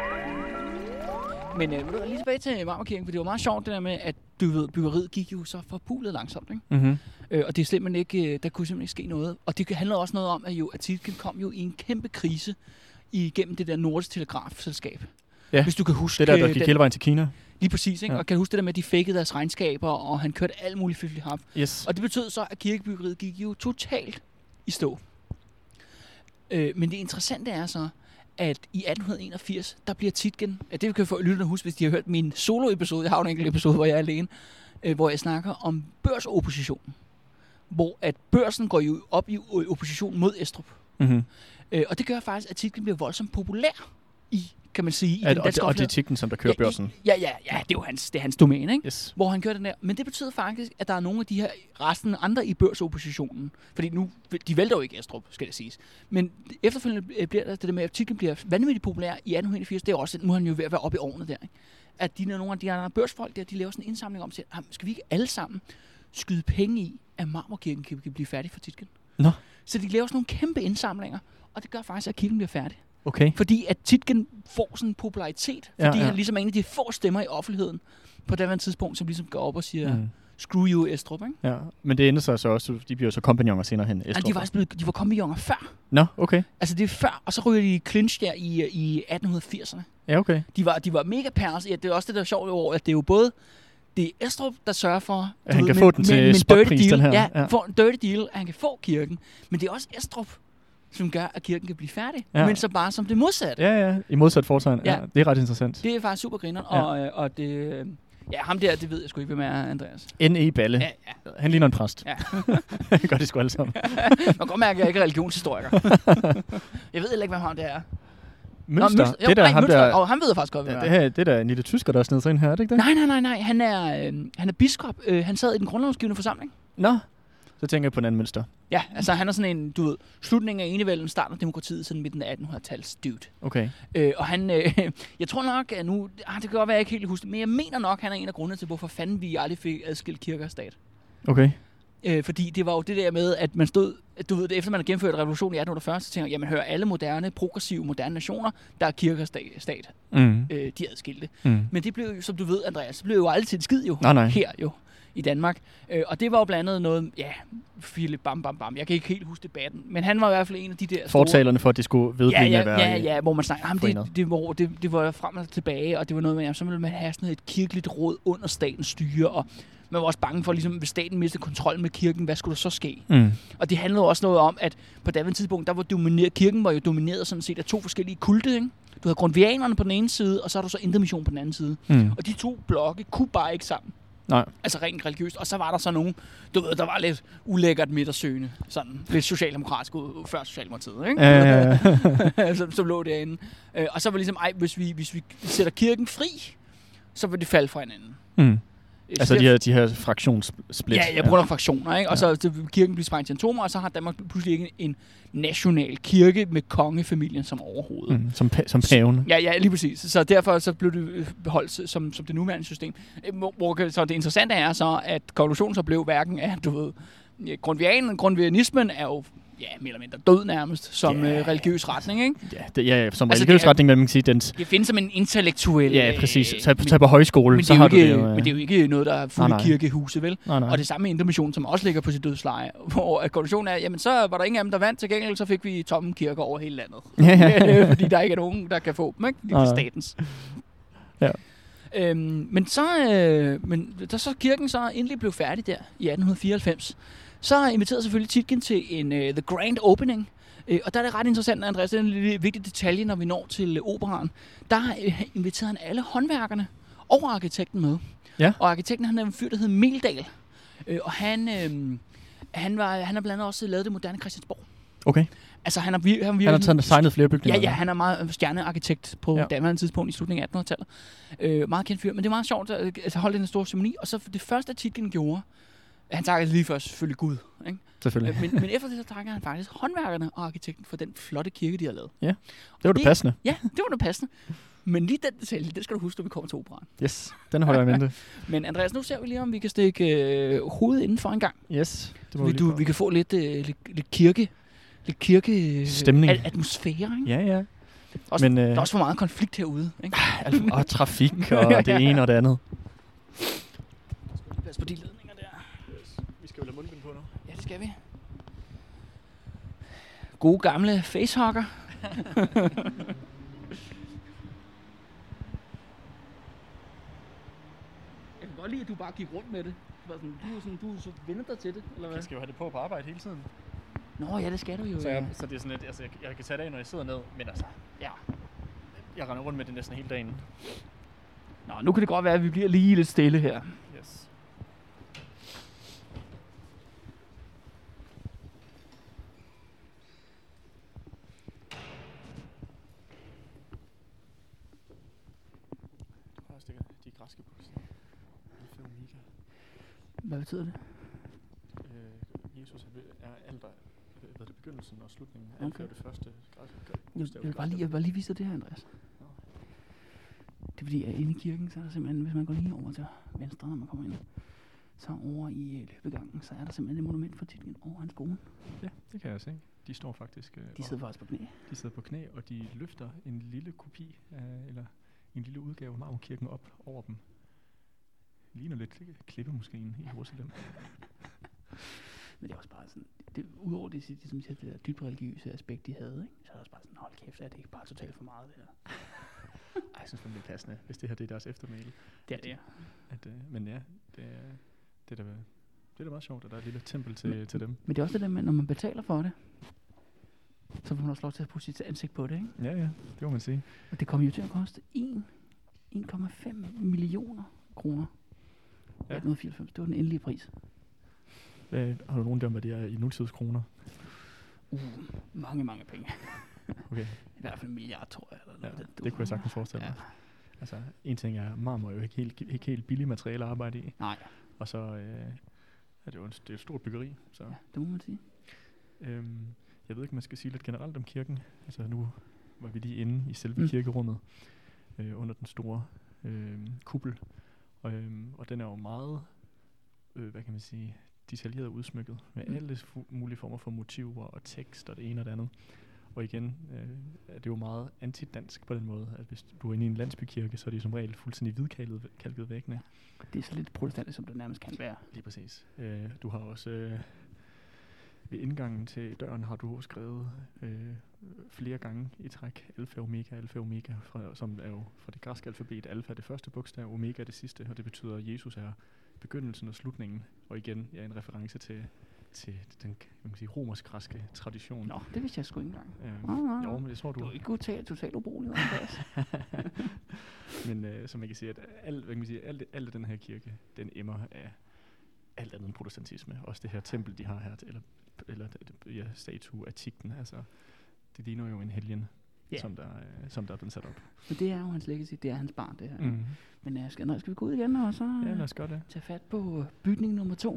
Men øh, vil du lige tilbage til Marmorkirken, for det var meget sjovt det der med, at du ved, byggeriet gik jo så forpulet langsomt, ikke? Mm-hmm. Øh, og det er simpelthen ikke, der kunne simpelthen ikke ske noget. Og det handler også noget om, at jo, at Tietgen kom jo i en kæmpe krise igennem det der nordiske telegrafselskab. Ja, hvis du kan huske det der, der gik hele vejen til Kina. Lige præcis, ikke? Ja. Og kan du huske det der med, at de fakede deres regnskaber, og han kørte alt muligt fyldigt hap. Yes. Og det betød så, at kirkebyggeriet gik jo totalt i stå. Øh, men det interessante er så, at i atten enogfirs, der bliver Tietgen, ja, det kan få lytterne huske, hvis de har hørt min solo-episode, jeg har jo en enkelt episode, hvor jeg er alene, øh, hvor jeg snakker om børsoppositionen. Hvor at børsen går jo op i opposition mod Estrup. Mm-hmm. Øh, og det gør faktisk, at Tietgen bliver voldsomt populær i, kan man sige, i at, den danske og, og det er Tietgen, som der kører ja, børsen. Ja, ja, ja, det er jo hans, det er hans domæne, ikke? Yes. Hvor han kører den der. Men det betyder faktisk, at der er nogle af de her resten andre i børsoppositionen. Fordi nu, de vælter jo ikke Estrup, skal det siges. Men efterfølgende bliver der det der med, at Tietgen bliver vanvittigt populær i atten enogfirs. Det er også, nu er han jo ved at være oppe i årene der, ikke? At de, nogle af de her børsfolk der, de laver sådan en indsamling om til, skal vi ikke alle sammen skyde penge i, at Marmorkirken kan blive færdig for Tietgen? Nå. Så de laver sådan nogle kæmpe indsamlinger, og det gør faktisk, at kirken bliver færdig. Okay. Fordi at Tietgen får sådan en popularitet, fordi ja, ja. han ligesom er en af de få stemmer i offentligheden på det tidspunkt, som ligesom går op og siger, mm. screw you, Estrup, ikke? Ja, men det ændrer sig så også, de bliver så kompagnoner senere hen, Estrup. Ja, de var, blevet, de var kompagnoner før. Nå, okay. Altså det er før, og så ryger de i clinch der i, i atten firserne. Ja, okay. De var, de var mega pærs. Ja, det er også det, der er sjovt over, at det er jo både det er Estrup, der sørger for... At han ved, kan få den til spotpris, den her. Ja, ja, får en dirty deal, at han kan få kirken. Men det er også Estrup, som gør, at kirken kan blive færdig. Ja. Men så bare som det modsatte. Ja, ja. I modsat foretegn. Ja. Ja. Det er ret interessant. Det er faktisk super grineren. Ja. Og, og det... Ja, ham der, det ved jeg sgu ikke, hvem er, Andreas. N E Balle. Ja, ja. Han ligner en præst. Ja. Det gør det sgu alle sammen. Man kan godt mærke, at jeg ikke er religionshistoriker. Jeg ved heller ikke, hvem ham det er. Mønster. Nå, Mønster. Jo, det der, nej, ham Mønster. der... Og han ved jeg faktisk godt, hvem ja, det er. Det, her, det der er Nille Tysker, der er snedet sig ind her, er det ikke det? Nej, nej, nej, nej. Han er, øh, han er biskop. Øh, han sad i den grundlovsgivende forsamling. Nå, så tænker jeg på en anden Mønster. Ja, altså han er sådan en, du ved, slutningen af enevælden, starten af demokratiet, sådan midten af attenhundredetallet dude. Okay. Øh, og han, øh, jeg tror nok, at nu, ah, det kan godt være, jeg ikke helt husker, men jeg mener nok, han er en af grundene til, hvorfor fanden vi aldrig fik adskilt kirke og stat. Okay. Øh, fordi det var jo det der med, at man stod, du ved, efter man har gennemført revolutionen i atten otteogfyrre, så tænker jeg, jamen hører alle moderne, progressive, moderne nationer, der er kirke og stat. Mm. Øh, de er adskilte. Mm. Men det blev, som du ved, Andreas, det blev jo aldrig til en skid jo, nej, nej. her jo, i Danmark. Øh, og det var jo blandt andet noget, ja, Philip Bam Bam Bam, jeg kan ikke helt huske debatten, men han var i hvert fald en af de der store... Fortalerne for, at det skulle vedblive ja, ja, at være... Ja, ja, hvor man snakker, jamen, det, det, var, det, det var frem og tilbage, og det var noget med, at så ville man have sådan et kirkeligt råd under statens styre, og man var også bange for, ligesom, hvis staten mistede kontrol med kirken, hvad skulle der så ske? Mm. Og det handlede også noget om, at på daværende tidspunkt, der var domineret, kirken var jo domineret sådan set af to forskellige kulte, ikke? Du havde grundvianerne på den ene side, og så har du så Indre Mission på den anden side. Mm. Og de to blokke kunne bare ikke sammen. Nej. Altså rent religiøst. Og så var der så nogen, du ved, der var lidt ulækkert midtersøgende. Sådan lidt socialdemokratisk ud før Socialdemokratiet, ikke? Ja, ja, ja. som, som lå derinde. Øh, og så var det ligesom, ej, hvis vi, hvis vi sætter kirken fri, så vil det falde fra hinanden. Mm. Altså de her, de her fraktionssplit. Ja, jeg bruger ja. fraktioner, ikke? Og så ja. kirken bliver sprængt til atomer, og så har Danmark pludselig ikke en national kirke med kongefamilien som overhoved. Mm, som, pa- som paven. Ja, ja, lige præcis. Så derfor så blev det beholdt som, som det nuværende system. Hvor, så det interessante er så, at konklusionen så blev hverken af, du ved, grundvianen, grundvianismen er jo ja, mere eller mindre død nærmest, som yeah. øh, religiøs retning, ikke? Ja, det, ja, ja som altså, religiøs er, retning, men man kan sige, den... Det findes som en intellektuel... Ja, præcis. Tag, tag på højskole, men så har ikke, du det jo... Men det er jo ikke noget, der er fulde kirkehuse, vel? Nej, nej. Og det samme med Indre Mission, som også ligger på sit dødsleje, hvor konklusionen er, jamen så var der ingen af dem, der vandt til gengæld, så fik vi tomme kirker over hele landet. Ja, ja. Fordi der ikke er nogen, der kan få dem, ikke? Det er statens. Ja. Øhm, men så, øh, men da så kirken så endelig blev færdig der i atten fireoghalvfems, så inviterede selvfølgelig Tietgen til en uh, The Grand Opening. Uh, og der er det ret interessant, Andreas, det er en lille vigtig detalje, når vi når til uh, operaen. Der uh, inviterede han alle håndværkerne og arkitekten med. Ja. Og arkitekten, han er en fyr, der hed Meldal. Øh, og han, øh, han, var, han har blandt andet også lavet det moderne Christiansborg. Okay. Altså han har, vir- han, Han har taget signet flere bygninger. Ja, ja, han er meget stjernearkitekt på Ja. daværende tidspunkt i slutningen af attenhundredetallet. Øh, meget kendt fyr, men det er meget sjovt at altså, holde den store ceremoni. Og så det første, Tietgen gjorde, han takker lige først selvfølgelig Gud, ikke? Selvfølgelig. men, men efter det, så takker han faktisk håndværkerne og arkitekten for den flotte kirke, de har lavet. Ja, det var det, det passende. Ja, det var det passende. Men lige den detalje, det skal du huske, når vi kommer til operaen. Yes, den holder jeg i mente. Men Andreas, nu ser vi lige, om vi kan stikke øh, hovedet indenfor en gang. Yes, det må vi, vi du, lige vi kan få lidt, øh, lidt, lidt kirke, lidt kirke Stemning. At, atmosfære, ikke? Ja, ja. Også, Men, øh, der er også for meget konflikt herude, ikke? Og trafik og det ene og det andet. Pas på de ledninger der. Vi skal jo lade mundbind på nu. Ja, det skal vi. Gode gamle facehugger. Jeg kan godt lide, at du bare gik rundt med det. Du er sådan, du er sådan, du er så vendt dig til det, eller hvad? Jeg skal jo have det på på arbejde hele tiden. Nå ja, det skal du jo. Så, jeg, så det er sådan lidt, altså jeg, jeg kan tage det af, når jeg sidder ned, men altså, ja, jeg render rundt med det næsten hele dagen. Nå, nu kan det godt være, at vi bliver lige lidt stille her. Yes. Du har også de græske bukser. Alfa Omega. Hvad betyder det? Øh, Jesus er alt, hvad det begyndelsen og slutningen. Okay. Alfa er det første græske. Jeg, jeg, vil bare lige, jeg vil bare lige vise dig det her, Andreas. Ja. Det er fordi, at inde i kirken, så er der simpelthen, hvis man går lige over til venstre, når man kommer ind, så over i løbegangen, så er der simpelthen et monument for Tietgen over hans kone. Ja, det kan jeg se. De står faktisk... Øh, De sidder faktisk på knæ. De sidder på knæ, og de løfter en lille kopi, af, eller en lille udgave af Marmorkirken op over dem. Ligner lidt klippemoskeen i Jerusalem. Men det er også bare sådan, det, udover det, det, det, det der dybt religiøse aspekt, de havde, ikke? Så er det også bare sådan, hold kæft, er det ikke bare totalt for meget, det her? Ej, jeg synes, det er passende, hvis det her det er deres eftermæle. Det er det, ja. At, øh, men ja, det er, det, er da, det er da meget sjovt, at der er et lille tempel til, men, til dem. Men det er også det der med, når man betaler for det, så får man også lov til at putte sit ansigt på det, ikke? Ja, ja, det må man sige. Og det kommer jo til at koste en komma fem millioner kroner. Ja. atten fireoghalvfems, det var den endelige pris. Hvad, har du nogen der, hvad det er i nutidskroner? Uh, mange, mange penge. Okay. I hvert fald en milliard, tror jeg. Eller Ja, noget, det, det kunne jeg sagtens forestille mig. Ja. Altså, en ting er, marmor er jo ikke helt, ikke helt billig materiale at arbejde i. Nej. Og så øh, er det jo en, det er et stort byggeri. Så. Ja, det må man sige. Øhm, jeg ved ikke, om man skal sige lidt generelt om kirken. Altså nu var vi lige inde i selve Mm. kirkerummet øh, under den store øh, kuppel. Og, øh, og den er jo meget, øh, hvad kan man sige, detaljeret udsmykket med Mm. alle fu- mulige former for motiver og tekst og det ene og det andet. Og igen øh, er det jo meget antidansk på den måde, at hvis du er inde i en landsbykirke, så er de som regel fuldstændig hvidkalket kalket væggene. Det er så lidt protestantisk, som det nærmest kan være. Lige præcis. Øh, du har også øh, ved indgangen til døren har du skrevet øh, flere gange i træk alfa omega, alfa omega, fra, som er jo fra det græske alfabet. Alfa er det første bogstav, omega er det sidste, og det betyder, at Jesus er begyndelsen og slutningen. Og igen ja, en reference til, til den kan man sige, romersk-græske tradition. Nå, det vidste jeg sgu ikke engang. Øh, Ah, ah, ah. jo, men det tror du. Du er ikke god til totalt ubrugelig, Andreas. Men øh, som man kan sige, at alt, hvad kan man sige, alt, alt af den her kirke, den emmer af alt andet end protestantisme. Også det her tempel, de har her, eller, eller ja, statue af Tietgen. Altså, det ligner jo en helgen, Yeah. som, der, øh, som der er blevet sat op. Men det er jo hans legacy, det er hans barn, det her. Mm. Men uh, skal, skal vi gå ud igen og så Ja, lad os gøre det. tage fat på uh, bygning nummer to?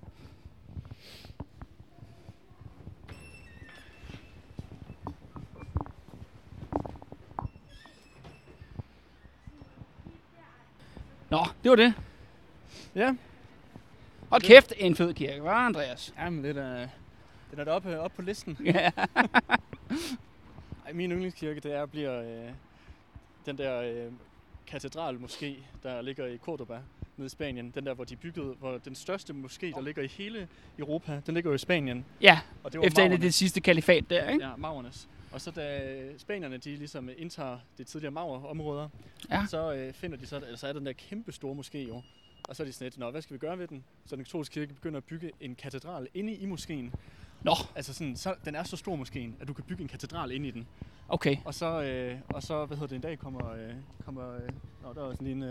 Nå, det var det. Ja. Hold kæft, en fed kirke, hva' Andreas? Jamen, det er, den er da oppe, oppe på listen. Ja. Ej, min yndlingskirke, det er, bliver øh, den der øh, katedral måske, der ligger i Cordoba, nede i Spanien. Den der, hvor de byggede, hvor den største moské, der ligger i hele Europa, den ligger jo i Spanien. Ja, Og det var efter en af maurernes. det sidste kalifat der, ikke? Ja, maurernes. Og så da spanierne, de ligesom indtager det tidligere maurerområder, Ja. så øh, finder de så, altså er den der kæmpe store moské jo. Og så er de sådan lidt, nå, hvad skal vi gøre ved den? Så den katolske kirke begynder at bygge en katedral inde i moskéen. Nå, Altså sådan, så, den er så stor moskéen, at du kan bygge en katedral inde i den. okay. Og så, øh, og så hvad hedder det, en dag kommer, øh, kommer øh, nå, der er sådan lige en, øh,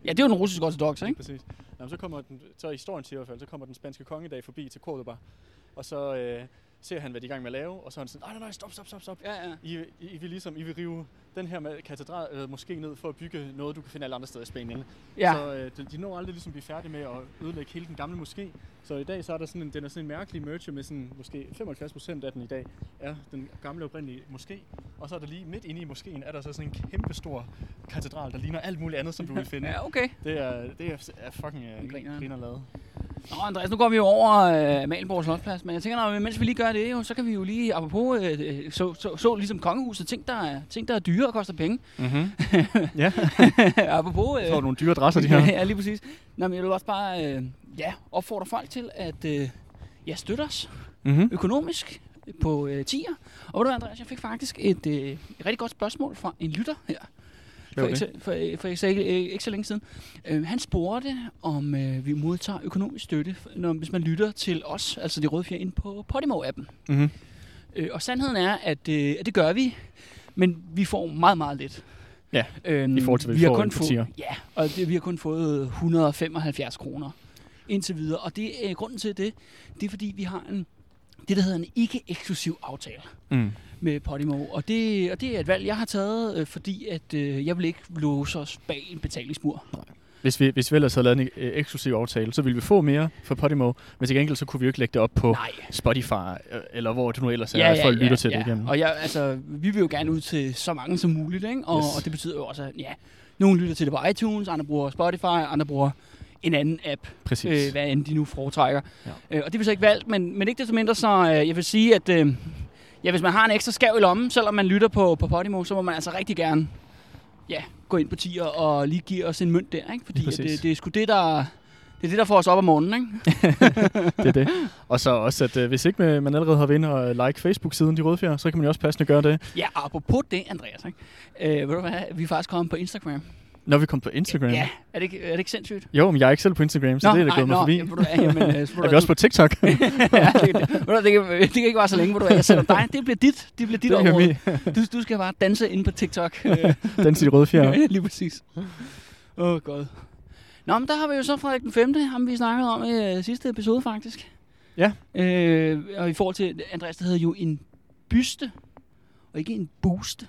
Ja, det er jo den russiske ortodox, ikke? Præcis. Jamen, så kommer den, så i historien til i hvert fald, så kommer den spanske kongedag forbi til Cordoba, og så øh, ser han, hvad de er i gang med at lave, og så er han sådan, nej, nej, nej, stop, stop, stop, stop. Ja, ja. I, I, I vil ligesom, I vil rive den her katedral øh, måske ned for at bygge noget, du kan finde alle andre steder i Spanien. Ja. Så øh, de, de når aldrig ligesom blive færdige med at ødelægge hele den gamle moské. Så i dag så er der sådan en, den er sådan en mærkelig merge med sådan, måske femoghalvfjerds procent af den i dag er den gamle oprindelige moské. Og så er der lige midt inde i moskéen, er der så sådan en kæmpe stor katedral, der ligner alt muligt andet, som du vil finde. Ja, okay. Det er, det er, er fucking uh, griner lavet. Nå, Andreas, nu går vi jo over øh, Malenborg Slotsplads, men jeg tænker, når, mens vi lige gør det, jo, så kan vi jo lige, apropos, øh, så, så, så ligesom kongehuset, ting der, er, ting, der er dyre og koster penge. Mm-hmm. Ja. Apropos... Øh, så er nogle dyre adresser, de her. Ja, lige præcis. Nå, men jeg vil også bare øh, ja, opfordre folk til at øh, ja, støtte os mm-hmm. økonomisk på øh, tier. Og ved du hvad, Andreas, jeg fik faktisk et, øh, et rigtig godt spørgsmål fra en lytter her. For, okay. ikke, for, for ikke, ikke, ikke så længe siden. Øh, han spurgte, om øh, vi modtager økonomisk støtte, når, hvis man lytter til os, altså de røde fjer, ind på Podimo-appen. Mm-hmm. Øh, og sandheden er, at, øh, at det gør vi, men vi får meget, meget lidt. Ja, øhm, i forhold til, hvad vi, vi får har kun fået, tier. Ja, og det, vi har kun fået et hundrede og femoghalvfjerds kroner indtil videre. Og det er øh, grunden til det, det er fordi, vi har en, det, der hedder en ikke-eksklusiv aftale. Mm. Med Podimo, og det, og det er et valg, jeg har taget, øh, fordi at, øh, jeg vil ikke låse os bag en betalingsmur. Nej. Hvis vi, hvis vi ellers havde lavet en øh, eksklusiv aftale, så ville vi få mere for Podimo, men til gengæld så kunne vi jo ikke lægge det op på Nej. Spotify, øh, eller hvor det nu ellers er, ja, ja, folk lytter ja, til ja. det igennem. Og jeg, altså, vi vil jo gerne ud til så mange som muligt, ikke? Og, yes. og det betyder jo også, at ja, nogle lytter til det på iTunes, andre bruger Spotify, andre bruger en anden app, øh, hvad end de nu foretrækker. Ja. Øh, og det vil så ikke valgt, men, men ikke desto mindre, så øh, jeg vil sige, at øh, ja, hvis man har en ekstra skæv i lommen, selvom man lytter på, på Podimo, så må man altså rigtig gerne ja, gå ind på tier og lige give os en mønt der, ikke? Fordi det, det er sgu det, der... Det er det, der får os op om morgenen, ikke? Det er det. Og så også, at øh, hvis ikke man allerede har været inde og like Facebook-siden De Røde Fjer, så kan man jo også passende gøre det. Ja, apropos det, Andreas, ikke? Øh, ved du hvad? Vi er faktisk kommet på Instagram. Når vi kommer på Instagram? Ja, er det ikke, er det ikke sindssygt? Jo, men jeg er ikke selv på Instagram, så nå, det er da gået mig forbi. Jamen, jamen, er vi også på TikTok? Ja, det, det, det, kan, det kan ikke være så længe, hvor du er. Jeg sætter dig. Det bliver dit, det bliver dit det område. Du, du skal bare danse inde på TikTok. Danse i De Røde Fjer. Ja, lige præcis. Åh, oh, god. Nå, men der har vi jo så Frederik den femte, ham vi snakkede om i uh, sidste episode faktisk. Ja. Øh, og i forhold til, Andreas, det hedder jo en byste, og ikke en booste.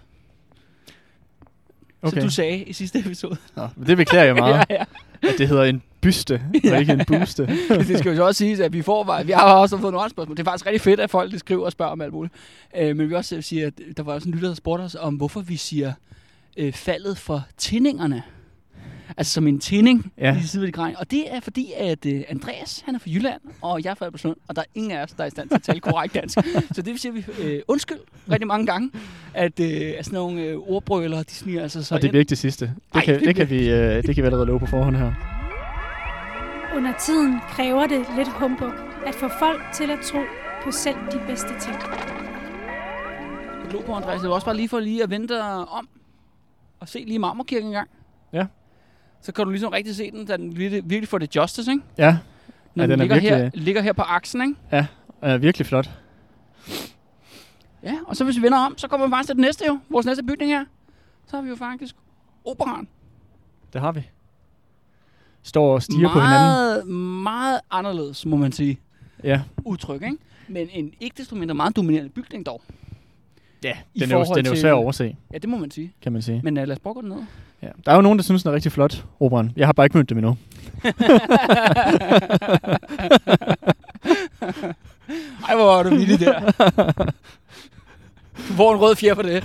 Okay. Så du sagde i sidste episode. Nå, men det beklager jeg meget, ja, ja. At det hedder en byste, ja. Og ikke en booste. Det skal jo så også sige, at vi får, vi har også fået nogle andre spørgsmål. Det er faktisk rigtig fedt, at folk de skriver og spørger om alt muligt. Øh, men vi også siger, at der var også en lytter, der spurgte os om, hvorfor vi siger øh, faldet for tindingerne. Altså som en tinding ja. I side af de grej. Og det er fordi, at uh, Andreas, han er fra Jylland, og jeg er fra Albertslund, og der er ingen af os, der er i stand til at tale korrekt dansk. Så det vil sige, at vi uh, undskyld rigtig mange gange, at, uh, at sådan nogle uh, ordbrøler, de sniger altså så og det bliver ikke det sidste. Det, Ej, kan, det, det, kan vi, uh, det kan vi allerede love på forhånd her. Under tiden kræver det lidt humbug at få folk til at tro på selv de bedste ting. Du på, Andreas, det var også bare lige for lige at vente om og se lige Marmorkirken en gang. Ja. Så kan du ligesom rigtig se den, da den virkelig får det justice, ikke? Ja. Når ja, den, den ligger, virkelig... her, ligger her på aksen, ikke? Ja, er virkelig flot. Ja, og så hvis vi vender om, så kommer vi faktisk til den næste jo. Vores næste bygning her. Så har vi jo faktisk Operaen. Det har vi. Står og stiger meget, på hinanden. Meget anderledes, må man sige. Ja. Udtryk, ikke? Men en ikke desto mindre meget dominerende bygning dog. Ja, den er, jo, den er jo svær at overse. Ja, det må man sige. Kan man sige. Men uh, lad os prøve at gå den ned. Ja. Der er jo nogen, der synes, den er rigtig flot, Operaen. Jeg har bare ikke mødt dem endnu. Ej, hvor var du vildt der. Du får en rød fjer for det.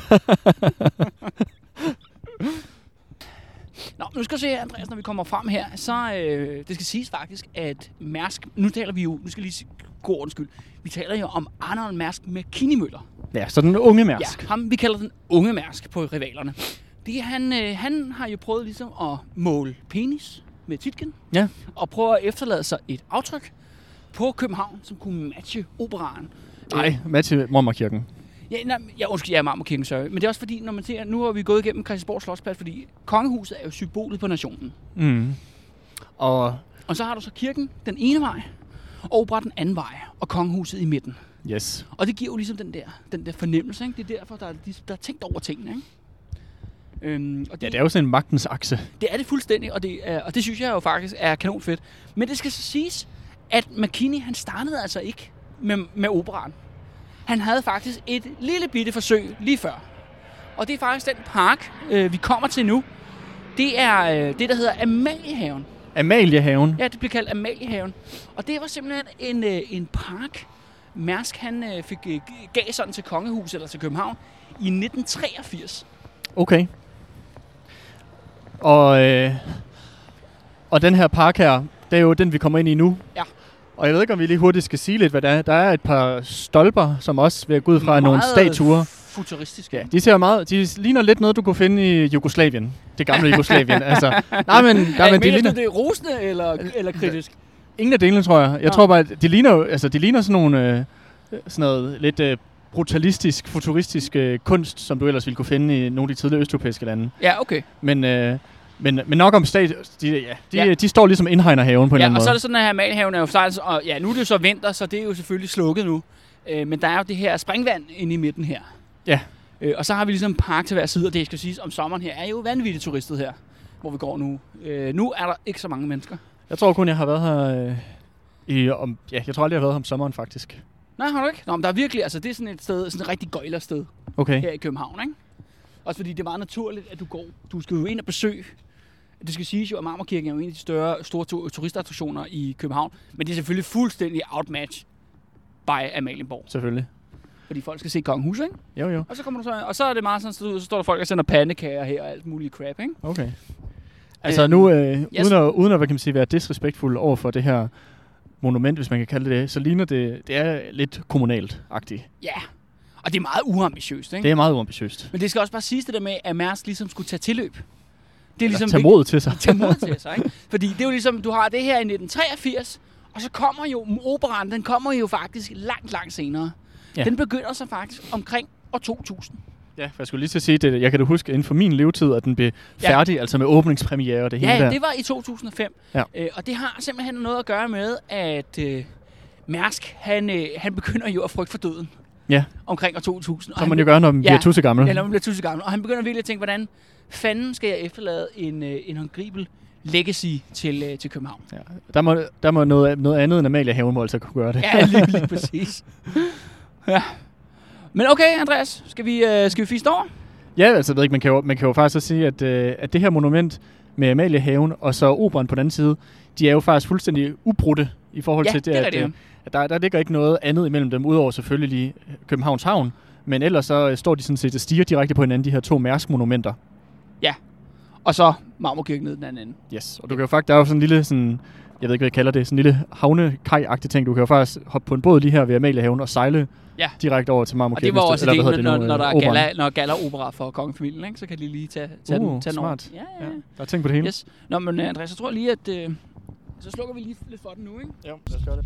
Nå, nu skal vi se, Andreas, når vi kommer frem her, så øh, det skal siges faktisk, at Mærsk, nu taler vi jo, nu skal lige gå undskyld, vi taler jo om Arnold Mærsk med Kinimøller. Ja, så den unge Mærsk. Ja, ham, vi kalder den unge Mærsk på rivalerne. Det, han, øh, han har jo prøvet ligesom at måle penis med Tietgen, ja. Og prøve at efterlade sig et aftryk på København, som kunne matche Operaen. Nej, matche Marmorkirken. Ja, nej, jeg undskyld, jeg er Marmorkirken, sorry. Men det er også fordi, når man ser, nu har vi gået igennem Christiansborg Slotsplads, fordi kongehuset er jo symbolet på nationen. Mm. Og... og så har du så kirken den ene vej, og Opera den anden vej, og kongehuset i midten. Yes. Og det giver jo ligesom den der, den der fornemmelse, ikke? Det er derfor, der er, der er tænkt over tingene, ikke? Øhm, og Ja, det er jo sådan en magtens akse. Det er det fuldstændig, og det, er, og det synes jeg jo faktisk er kanonfedt. Men det skal så siges, at McKinney, han startede altså ikke med, med operaen. Han havde faktisk et lille bitte forsøg lige før. Og det er faktisk den park, øh, vi kommer til nu. Det er øh, det, der hedder Amaliehaven. Amaliehaven? Ja, det bliver kaldt Amaliehaven. Og det var simpelthen en, øh, en park, Mærsk han øh, fik øh, gav sådan til Kongehuset eller til København i nitten treogfirs. Okay. Og, øh, og den her park her, det er jo den, vi kommer ind i nu. Ja. Og jeg ved ikke, om vi lige hurtigt skal sige lidt, hvad der er. Der er et par stolper, som også vil gå ud fra nogle statuer. Futuristisk. Ja, de ser meget, de ligner lidt noget, du kunne finde i Jugoslavien. Det gamle Jugoslavien. altså, nej, men, nej, men de ligner... ligner... det er rosende eller, eller kritisk? Ingen af delene, tror jeg. Jeg ja. tror bare, at de ligner jo, altså, de ligner sådan nogle, øh, sådan noget lidt øh, brutalistisk, futuristisk øh, kunst, som du ellers ville kunne finde i nogle af de tidligere østeuropæiske lande. Ja, okay. Men, øh, men, men nok om stat, de, ja, de, ja. de, de står ligesom indhegner haven på en ja, eller anden måde. Ja, og så er det sådan, at Amaliehaven er jo startet, og ja, nu er det jo så vinter, så det er jo selvfølgelig slukket nu. Øh, men der er jo det her springvand inde i midten her. Ja. Øh, og så har vi ligesom en park til hver side, og det skal siges, om sommeren her er jo vanvittigt turistet her, hvor vi går nu. Øh, nu er der ikke så mange mennesker. Jeg tror kun, jeg har været her øh, i, om, ja, jeg tror aldrig, jeg har været her om sommeren, faktisk. Nej, har du ikke? Nå, men der er virkelig, altså det er sådan et sted, sådan et rigtig gøjlersted okay. her i København, ikke? Også fordi det er meget naturligt, at du går, du skal jo ind og besøge. Det skal siges jo, at Marmorkirken er jo en af de større, store turistattraktioner i København, men det er selvfølgelig fuldstændig outmatch by Amalienborg. Selvfølgelig. Fordi folk skal se Kongehuset, ikke? Jo, jo. Og så kommer du så, og så er det meget sådan, så står der folk og sender pandekager her og alt muligt crap, ikke? Okay. Altså nu, øh, yes. uden, at, uden at, hvad kan man sige, være disrespektfuld over for det her monument, hvis man kan kalde det det, så ligner det, det er lidt kommunalt-agtigt. Ja, og det er meget uambitiøst, ikke? Det er meget uambitiøst. Men det skal også bare siges det der med, at Mærsk ligesom skulle tage tilløb. Det er ligesom tage mod til sig. Tage mod til sig, ikke? Fordi det er jo ligesom, du har det her i nitten treogfirs, og så kommer jo operaen, den kommer jo faktisk langt, langt senere. Ja. Den begynder så faktisk omkring år to tusind. Ja, for jeg skulle lige til at sige det. Jeg kan da huske, inden for min levetid, at den blev færdig, ja. altså med åbningspremiere og det ja, hele der. Ja, det var i to tusind og fem. Ja. Øh, og det har simpelthen noget at gøre med, at øh, Mærsk, han, øh, han begynder jo at frygte for døden. Ja. Omkring år to tusind. Som man jo gør, når man ja, bliver tusse gammel. Ja, når man bliver tusse gammel. Og han begynder virkelig at tænke, hvordan fanden skal jeg efterlade en, øh, en håndgribel legacy til, øh, til København? Ja. Der må, der må noget, noget andet end Amaliehaven må altså kunne gøre det. Ja, lige, lige præcis. Ja. Men okay, Andreas, skal vi, øh, skal vi fiste over? Ja, altså jeg ved ikke, man kan jo, man kan jo faktisk også sige, at, øh, at det her monument med Amaliehaven og så operan på den anden side, de er jo faktisk fuldstændig ubrudte i forhold ja, til det, det at, øh, at der, der ligger ikke noget andet imellem dem, udover selvfølgelig lige Københavns Havn. Men ellers så øh, står de sådan set og stiger direkte på hinanden, de her to Mærsk-monumenter. Ja, og så Marmorkirken ned den anden ende. Yes, og du kan jo faktisk, der er jo sådan en lille, sådan, jeg ved ikke, hvad jeg kalder det, sådan en lille havnekaj-agtig ting. Du kan jo faktisk hoppe på en båd lige her ved Amaliehaven og sejle ja. direkte over til Marmorkirken. Og det var også eller, det, det, når, nu, når der er operan. gala, når gala-opera for kongefamilien, ikke? Så kan de lige tage, tage uh, den tage smart. Ja, ja, ja. Der er tænkt på det hele. Yes. Nå, men uh, Andreas, jeg tror lige, at uh, så slukker vi lige lidt for den nu, ikke? Jo, lad os gøre det.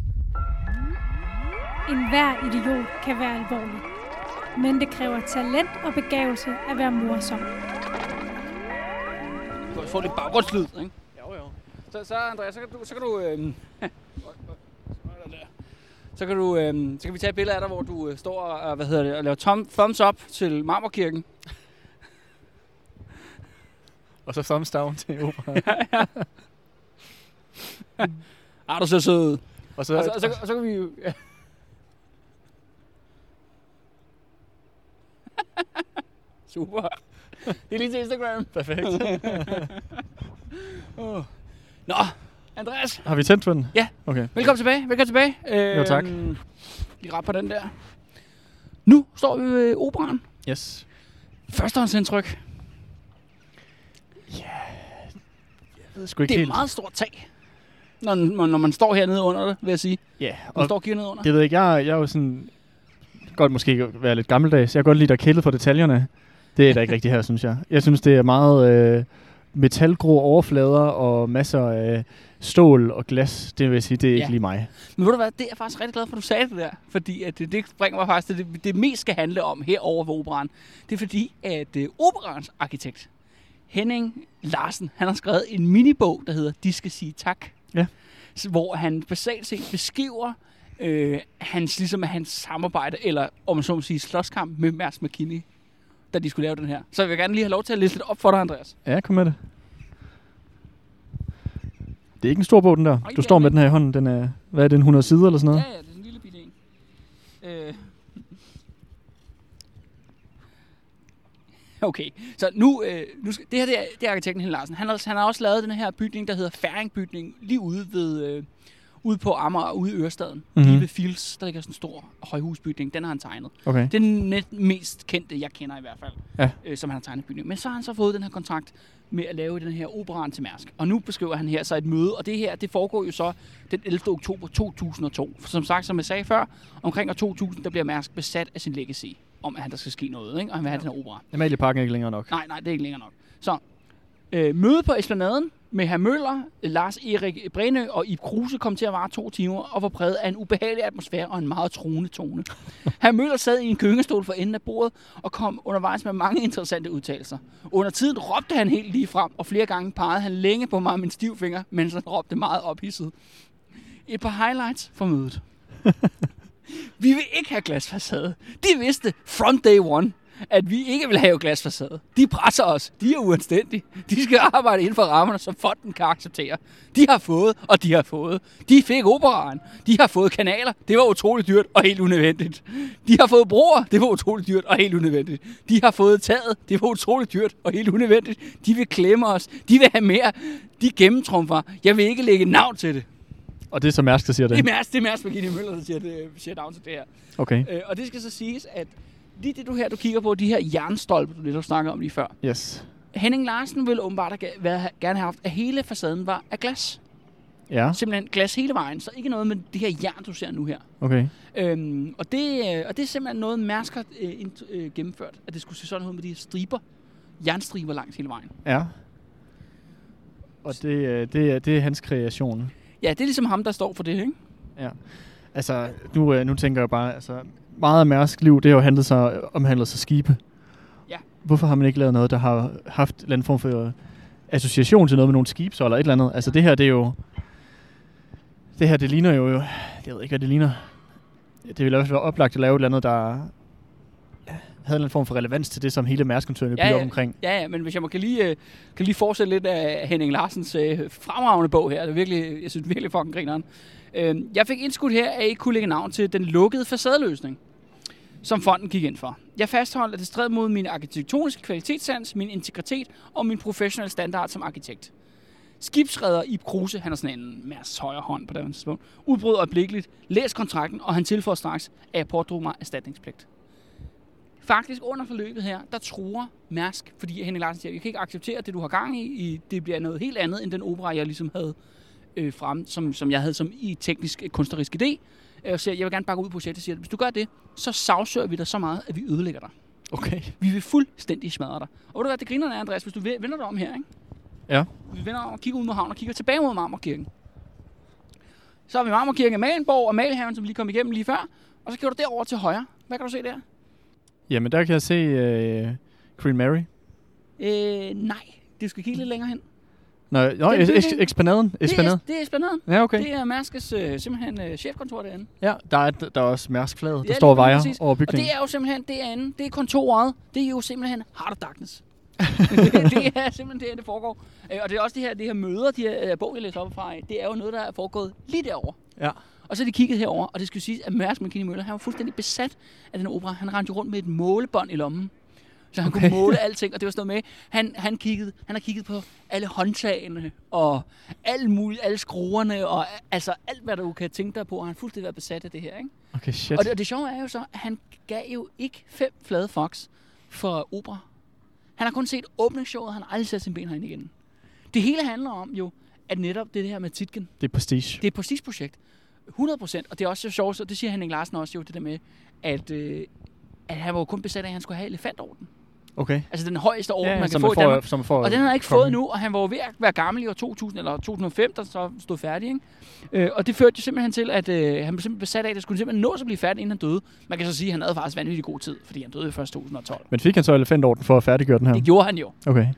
En hver idiot kan være alvorlig, men det kræver talent og begavelse at være morsom. Du kan få lidt baggrundslyd, ikke? Jo, jo. Så, så Andreas, så kan du... Så kan du øhm, så kan du, øhm, så kan vi tage et billede af dig, hvor du øh, står og, hvad hedder det, og laver tom, thumbs up til Marmorkirken. Og så thumbs down til operaen. ja, ja. Ah, du ser sød ud. Og så, og så, og så, og så kan vi jo... Ja. Super. Det er lige til Instagram. Perfekt. oh. Nå, Andreas. Har vi tændt for den? Ja. Okay. Velkommen tilbage. Velkommen tilbage. Øh, jo, tak. Lige ret på den der. Nu står vi ved operaen. Yes. Førstehåndsindtryk. Ja. Yeah. Jeg ved sgu ikke Det er helt. et meget stort tag, når, når man står hernede under det, vil jeg sige. Ja. Yeah. Man står og kigger ned under. Det ved ikke. Jeg, jeg er jo sådan... Godt måske være lidt gammeldags. Jeg kan godt lide at kælde på detaljerne. Det er der ikke rigtigt her, synes jeg. Jeg synes, det er meget øh, metalgrå overflader og masser af stål og glas. Det vil jeg sige, det er ja. ikke lige mig. Men ved du hvad, det er jeg faktisk rigtig glad for, at du sagde det der. Fordi at det, det bringer mig faktisk, det, det mest skal handle om herovre ved operaen. Det er fordi, at øh, operaens arkitekt, Henning Larsen, han har skrevet en minibog, der hedder De skal sige tak. Ja. Hvor han basalt set beskriver øh, hans, ligesom, hans samarbejde, eller om man så må sige, slåskamp med Mærsk McKinney da de skulle lave den her. Så jeg vil gerne lige have lov til at læse lidt op for dig, Andreas. Ja, kom med det. Det er ikke en stor bog, den der. Du står med den her i hånden. Den er, hvad er det, en hundrede sider eller sådan noget? Ja, ja, det er en lille bitte en. Øh. Okay, så nu, øh, nu skal, det her det er, det er arkitekten Henning Larsen. Han har, han har også lavet den her bygning, der hedder Færingbygning, lige ude ved øh, ude på Amager, ude i Ørestaden. Mm-hmm. Lige ved Fields, der ligger sådan en stor højhusbygning. Den har han tegnet. Okay. Det er den net mest kendte, jeg kender i hvert fald, ja. øh, som han har tegnet bygning. Men så har han så fået den her kontrakt med at lave den her operaen til Mærsk. Og nu beskriver han her så et møde, og det her, det foregår jo så den ellevte oktober to tusind og to. For som sagt, som jeg sagde før, omkring år to tusind, der bliver Mærsk besat af sin legacy, om at der skal ske noget, ikke? Og han vil have ja. den her opera. Amalie Parken er ikke længere nok. Nej, nej, det er ikke længere nok. Så øh, møde på Esplanaden med hr. Møller, Lars Erik Brænø og Ib Kruse kom til at vare to timer og var præget af en ubehagelig atmosfære og en meget truende tone. Hr. Møller sad i en gyngestol for enden af bordet og kom undervejs med mange interessante udtalelser. Under tiden råbte han helt lige frem, og flere gange pegede han længe på mig med en stiv finger, mens han råbte meget ophidset. Et par highlights for mødet. Vi vil ikke have glasfacade. De vidste from day one, at vi ikke vil have glasfacade. De presser os. De er uanstændige. De skal arbejde inden for rammerne, som fonden kan acceptere. De har fået, og de har fået. De fik operaen. De har fået kanaler. Det var utroligt dyrt og helt unødvendigt. De har fået broer. Det var utroligt dyrt og helt unødvendigt. De har fået taget. Det var utroligt dyrt og helt unødvendigt. De vil klemme os. De vil have mere. De gennemtrumfer. Jeg vil ikke lægge navn til det. Og det er så Mærsk, der siger det? Det er Mærsk, det er Mærsk Birgitte Møller, der siger, det, siger navn til det her. Okay. Øh, og det skal så siges, at lige det du her, du kigger på, de her jernstolpe, du lidt snakkede om lige før. Yes. Henning Larsen ville åbenbart have, gerne have haft, at hele facaden var af glas. Ja. Simpelthen glas hele vejen, så ikke noget med det her jern, du ser nu her. Okay. Øhm, og, det, og det er simpelthen noget, Mærsk har øh, øh, gennemført, at det skulle se sådan ud med de her striber, jernstriber langs hele vejen. Ja. Og det, det, det er hans kreation. Ja, det er ligesom ham, der står for det, ikke? Ja. Altså, nu, nu tænker jeg bare, altså, meget af Mærsk liv, det har jo handlet sig, omhandlet sig skibe. Ja. Hvorfor har man ikke lavet noget, der har haft en eller anden form for association til noget med nogle skibs eller et eller andet? Altså, det her, det er jo... Det her, det ligner jo... Jeg ved ikke, hvad det ligner. Det ville også være oplagt at lave et eller andet, der havde en form for relevans til det, som hele Mærsk-koncernen ja, bygger ja. omkring. Ja, ja, men hvis jeg må, kan, lige, kan lige fortsætte lidt af Henning Larsens øh, fremragende bog her. Det er virkelig, jeg synes virkelig fucking grineren. Øh, jeg fik indskudt her, at jeg ikke kunne lægge navn til den lukkede facadeløsning, som fonden gik ind for. Jeg fastholdt, at det stred mod min arkitektoniske kvalitetssans, min integritet og min professionelle standard som arkitekt. Skibsredder Ib Kruse, han er sådan en Mærsks højre hånd på det tidspunkt, udbrød øjeblikkeligt, læs kontrakten, og han tilføjer straks, at jeg pådrog mig erstatningspligt. Faktisk under forløbet her, der truer Mærsk, fordi Henning Larsen siger, at jeg kan ikke acceptere det, du har gang i. Det bliver noget helt andet, end den opera, jeg ligesom havde øh, frem, som, som jeg havde som i teknisk kunstnerisk idé. Og siger, jeg vil gerne bakke ud på projektet og siger, at hvis du gør det, så sagsøger vi dig så meget, at vi ødelægger dig. Okay. Vi vil fuldstændig smadre dig. Og ved du hvad, det griner er, Andreas, hvis du vender dig om her, ikke? Ja. Vi vender om og kigger ud mod havnen og kigger tilbage mod Marmorkirken. Så har vi Marmorkirken af Malenborg og Malehaven, som vi lige kom igennem lige før. Og så kigger du derover til højre. Hvad kan du se der? Jamen, der kan jeg se uh, Queen Mary. Øh, nej. Du skal kigge lidt længere hen. Nå, nå Esplanaden. Det er, det er Esplanaden. Ja, okay. Det er Mærskes øh, simpelthen øh, chefkontor derinde. Ja, der er, der er også Mærsk-flaget, der ja, står og vejer over bygningen. Og det er jo simpelthen derinde. Det er kontoret. Det er jo simpelthen Heart of Darkness. det, det er simpelthen det, det foregår. Øh, og det er også det her, det her møder, de her øh, bog, jeg læser op fra. Det er jo noget, der er foregået lige derovre. Ja. Og så er de kigget herover, og det skal sige, at Mærsk Birgitte Møller, han var fuldstændig besat af den opera. Han rendte rundt med et målebånd i lommen. Så han okay. kunne måle alting, og det var sådan noget med, han, han, kiggede, han har kigget på alle håndtagene, og alt muligt, alle skruerne, og altså alt, hvad du kan tænke dig på, og han fuldstændig været besat af det her, ikke? Okay, shit. Og det, og det sjove er jo så, at han gav jo ikke fem flade fox for opera. Han har kun set åbningsshowet, han har aldrig sat sin ben herinde igen. Det hele handler om jo, at netop det her med Tietgen. Det er prestige. Det er et prestigeprojekt. hundrede procent, og det er også så sjovt, og det siger Henning Larsen også jo, det der med, at, øh, at han var jo kun besat af, at han skulle have elefantorden. Okay. Altså den højeste orden, ja, man kan få i Danmark. Får, får, og den har han ikke fået nu, og han var jo ved at være gammel i år to tusind eller to tusind og fem, der så stod færdig, ikke? Øh, og det førte jo simpelthen til, at øh, han blev simpelthen besat af, at det skulle simpelthen nå at blive færdig, inden han døde. Man kan så sige, at han havde faktisk vanvittig god tid, fordi han døde i først to tusind og tolv. Men fik han så elefantorden for at færdiggøre den her? Det gjorde han jo. Okay.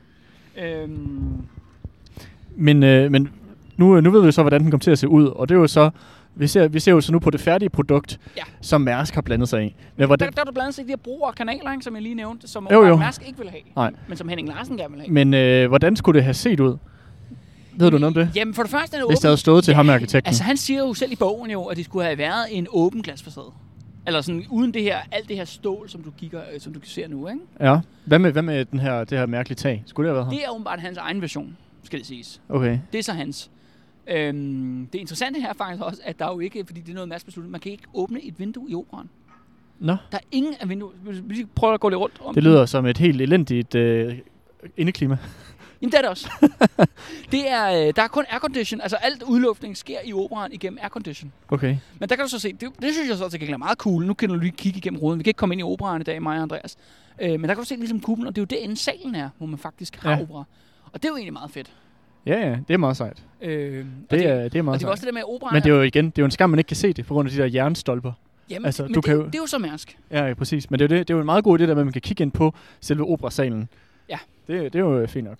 Øhm. Men, øh, men nu, nu ved vi så, hvordan den kom til at se ud, og det er jo så Vi ser, vi ser jo så nu på det færdige produkt, Ja. som Mærsk har blandet sig i. Men hvordan, Der, der er du blandt andet de her broer og kanaler, ikke, som jeg lige nævnte, som Jo, jo. Mærsk ikke vil have, Nej. men som Henning Larsen gerne vil have. men øh, hvordan skulle det have set ud? Ved du noget om det? Jamen for det første er det Hvis åben. det havde stået til Ja, ham med arkitekten. Altså han siger jo selv i bogen jo, at det skulle have været en åben glasfacade. Eller sådan uden det her, alt det her stål, som du kigger, øh, som du ser nu, ikke? Ja. Hvad med, hvad med den her, det her mærkelige tag? Skulle det have været her? Det er åbenbart hans egen version, skal det siges. Okay. Det er så hans. Øhm, det interessante her er faktisk også, at der er jo ikke, fordi det er noget Mads besluttet, man kan ikke åbne et vindue i operaen. Nå. Der er ingen af vinduer. Vi skal prøve at gå lidt rundt om Det lyder som et helt elendigt øh, indeklima. Jamen det er det også. det er, øh, der er kun aircondition, altså alt udluftning sker i operaen igennem aircondition. Okay. Men der kan du så se, det, det synes jeg så til gengæld er meget cool. Nu kan du lige kigge igennem ruden. Vi kan ikke komme ind i operaen i dag, mig og Andreas. Øh, men der kan du se ligesom kuben, og det er jo derinde salen er, hvor man faktisk har Ja. opera. Og det er jo egentlig meget fedt. Ja, ja, det er meget sejt. Øh, og Det er, det er og meget det er også sejt. det der med operaen. Men det er jo igen, det er jo en skam, man ikke kan se det, på grund af de der jernstolper. Jamen, altså, men du det, kan jo- det er jo så Mærsk. Ja, ja, præcis. Men det er, jo det, det er jo en meget god idé, der med, at man kan kigge ind på selve operasalen. Ja. Det, det er jo fint nok.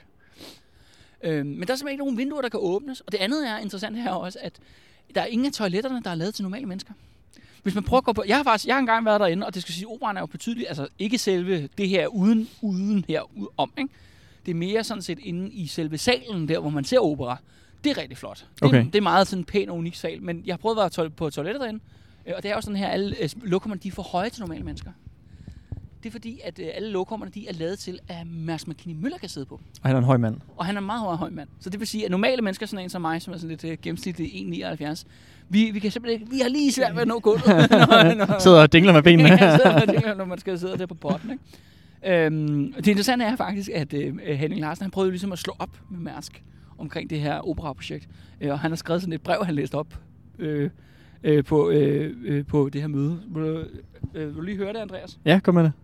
Øh, men der er simpelthen ikke nogen vinduer, der kan åbnes. Og det andet er interessant her også, at der er ingen af toiletterne, der er lavet til normale mennesker. Hvis man prøver at gå på... Jeg har faktisk jeg har engang været derinde, og det skal sige, at operaen er jo betydeligt... Altså ikke selve det her uden, uden her ud om, ikke? Det er mere sådan set inde i selve salen, der hvor man ser opera. Det er rigtig flot. Det, Okay. er, det er meget sådan en pæn og unik sal. Men jeg har prøvet at være to- på toilettet derinde, øh, og det er jo sådan her, alle øh, lokummerne, de er for høje til normale mennesker. Det er fordi, at øh, alle lokummerne, de er lavet til, at Mads McKinney Møller kan sidde på. Og han er en høj mand. Og han er en meget høj, høj mand. Så det vil sige, at normale mennesker, sådan en som mig, som er sådan lidt uh, gennemsnitlig en komma nioghalvfjerds, vi, vi kan simpelthen ikke, vi har lige svært ved at nå gulvet. når, når, Sidder og dingler med benene. ja, sidder og dingler, når man skal sidde der på potten, ikke? Øhm, det interessante er faktisk, at uh, Henning Larsen, han prøvede jo ligesom at slå op med Mærsk omkring det her operaprojekt. Uh, og han har skrevet sådan et brev, han læste op øh, øh, på, øh, øh, på det her møde. Vil du, øh, vil du lige høre det, Andreas? Ja, kom med det.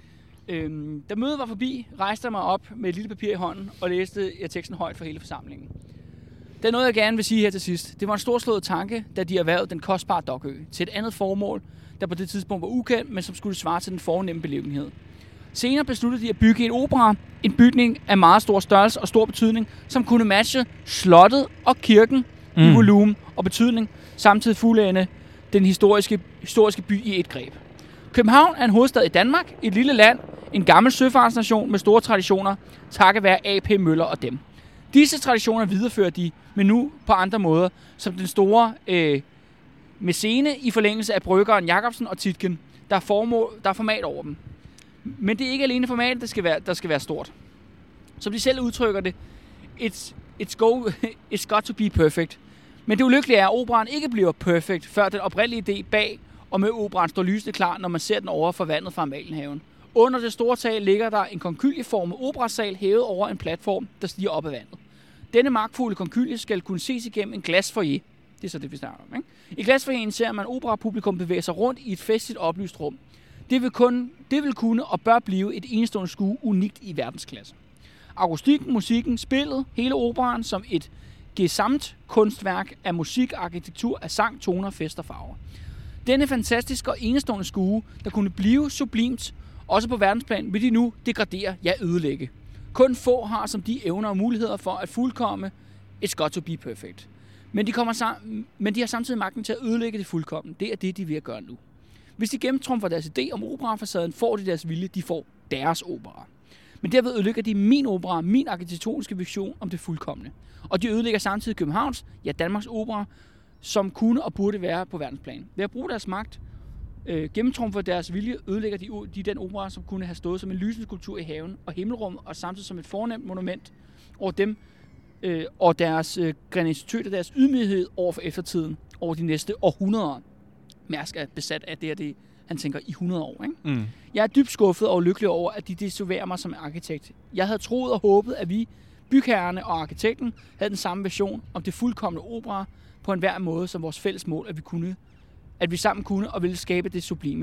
Øhm, da mødet var forbi, rejste jeg mig op med et lille papir i hånden og læste jeg teksten højt for hele forsamlingen. Det er noget, jeg gerne vil sige her til sidst. Det var en storslået tanke, da de erhvervede den kostbare Dokø til et andet formål, der på det tidspunkt var ukendt, men som skulle svare til den fornemme beliggenhed. Senere besluttede de at bygge en opera, en bygning af meget stor størrelse og stor betydning, som kunne matche slottet og kirken mm. i volumen og betydning, samtidig fuldende den historiske, historiske by i et greb. København er en hovedstad i Danmark, et lille land, en gammel søfartsnation med store traditioner, takket være A P Møller og dem. Disse traditioner viderefører de, men nu på andre måder, som den store øh, mæcene i forlængelse af bryggeren Jacobsen og Tietgen, der er, formål, der er format over dem. Men det er ikke alene formatet, der skal være, der skal være stort. Som de selv udtrykker det, it's, it's, go, it's got to be perfect. Men det ulykkelige er, at operaen ikke bliver perfekt, før den oprindelige idé bag og med operaen står lysende klar, når man ser den over for vandet fra Amalienhaven. Under det store tag ligger der en konkylieformet operasal hævet over en platform, der stiger op ad vandet. Denne magtfulde konkylie skal kunne ses igennem en glasfoyer. Det er så det, vi snakker om, ikke? I glasfoyeren ser man operapublikum bevæge sig rundt i et festligt oplyst rum. Det vil, kun, det vil kunne og bør blive et enestående skue unikt i verdensklasse. Akustikken, musikken, spillet, hele operaen som et gesamt kunstværk af musik, arkitektur, af sang, toner, fest og farver. Denne fantastiske og enestående skue, der kunne blive sublimt, også på verdensplan, vil de nu degradere, ja ødelægge. Kun få har som de evner og muligheder for at fuldkomme it's got to be perfect. Men de, kommer sam- men de har samtidig magten til at ødelægge det fuldkommen. Det er det, de vil gøre nu. Hvis de gennemtrumfer deres idé om operafacaden, får de deres vilje, de får deres opera. Men derved ødelægger de min opera, min arkitektoniske vision om det fuldkomne. Og de ødelægger samtidig Københavns, ja Danmarks opera, som kunne og burde være på verdensplan. Ved at bruge deres magt, øh, gennemtrumfer deres vilje, ødelægger de, de den opera, som kunne have stået som en lysende skulptur i haven og himmelrummet, og samtidig som et fornemt monument over dem, øh, og deres øh, granititet og deres ydmyghed over for eftertiden, over de næste århundreder. Mærsk er besat af det, og det han tænker i hundrede år. Ikke? Mm. Jeg er dybt skuffet og lykkelig over, at de desilverer mig som arkitekt. Jeg havde troet og håbet, at vi, bygherrerne og arkitekten, havde den samme vision om det fuldkomne opera på enhver måde som vores fælles mål, at vi kunne, at vi sammen kunne og ville skabe det sublime.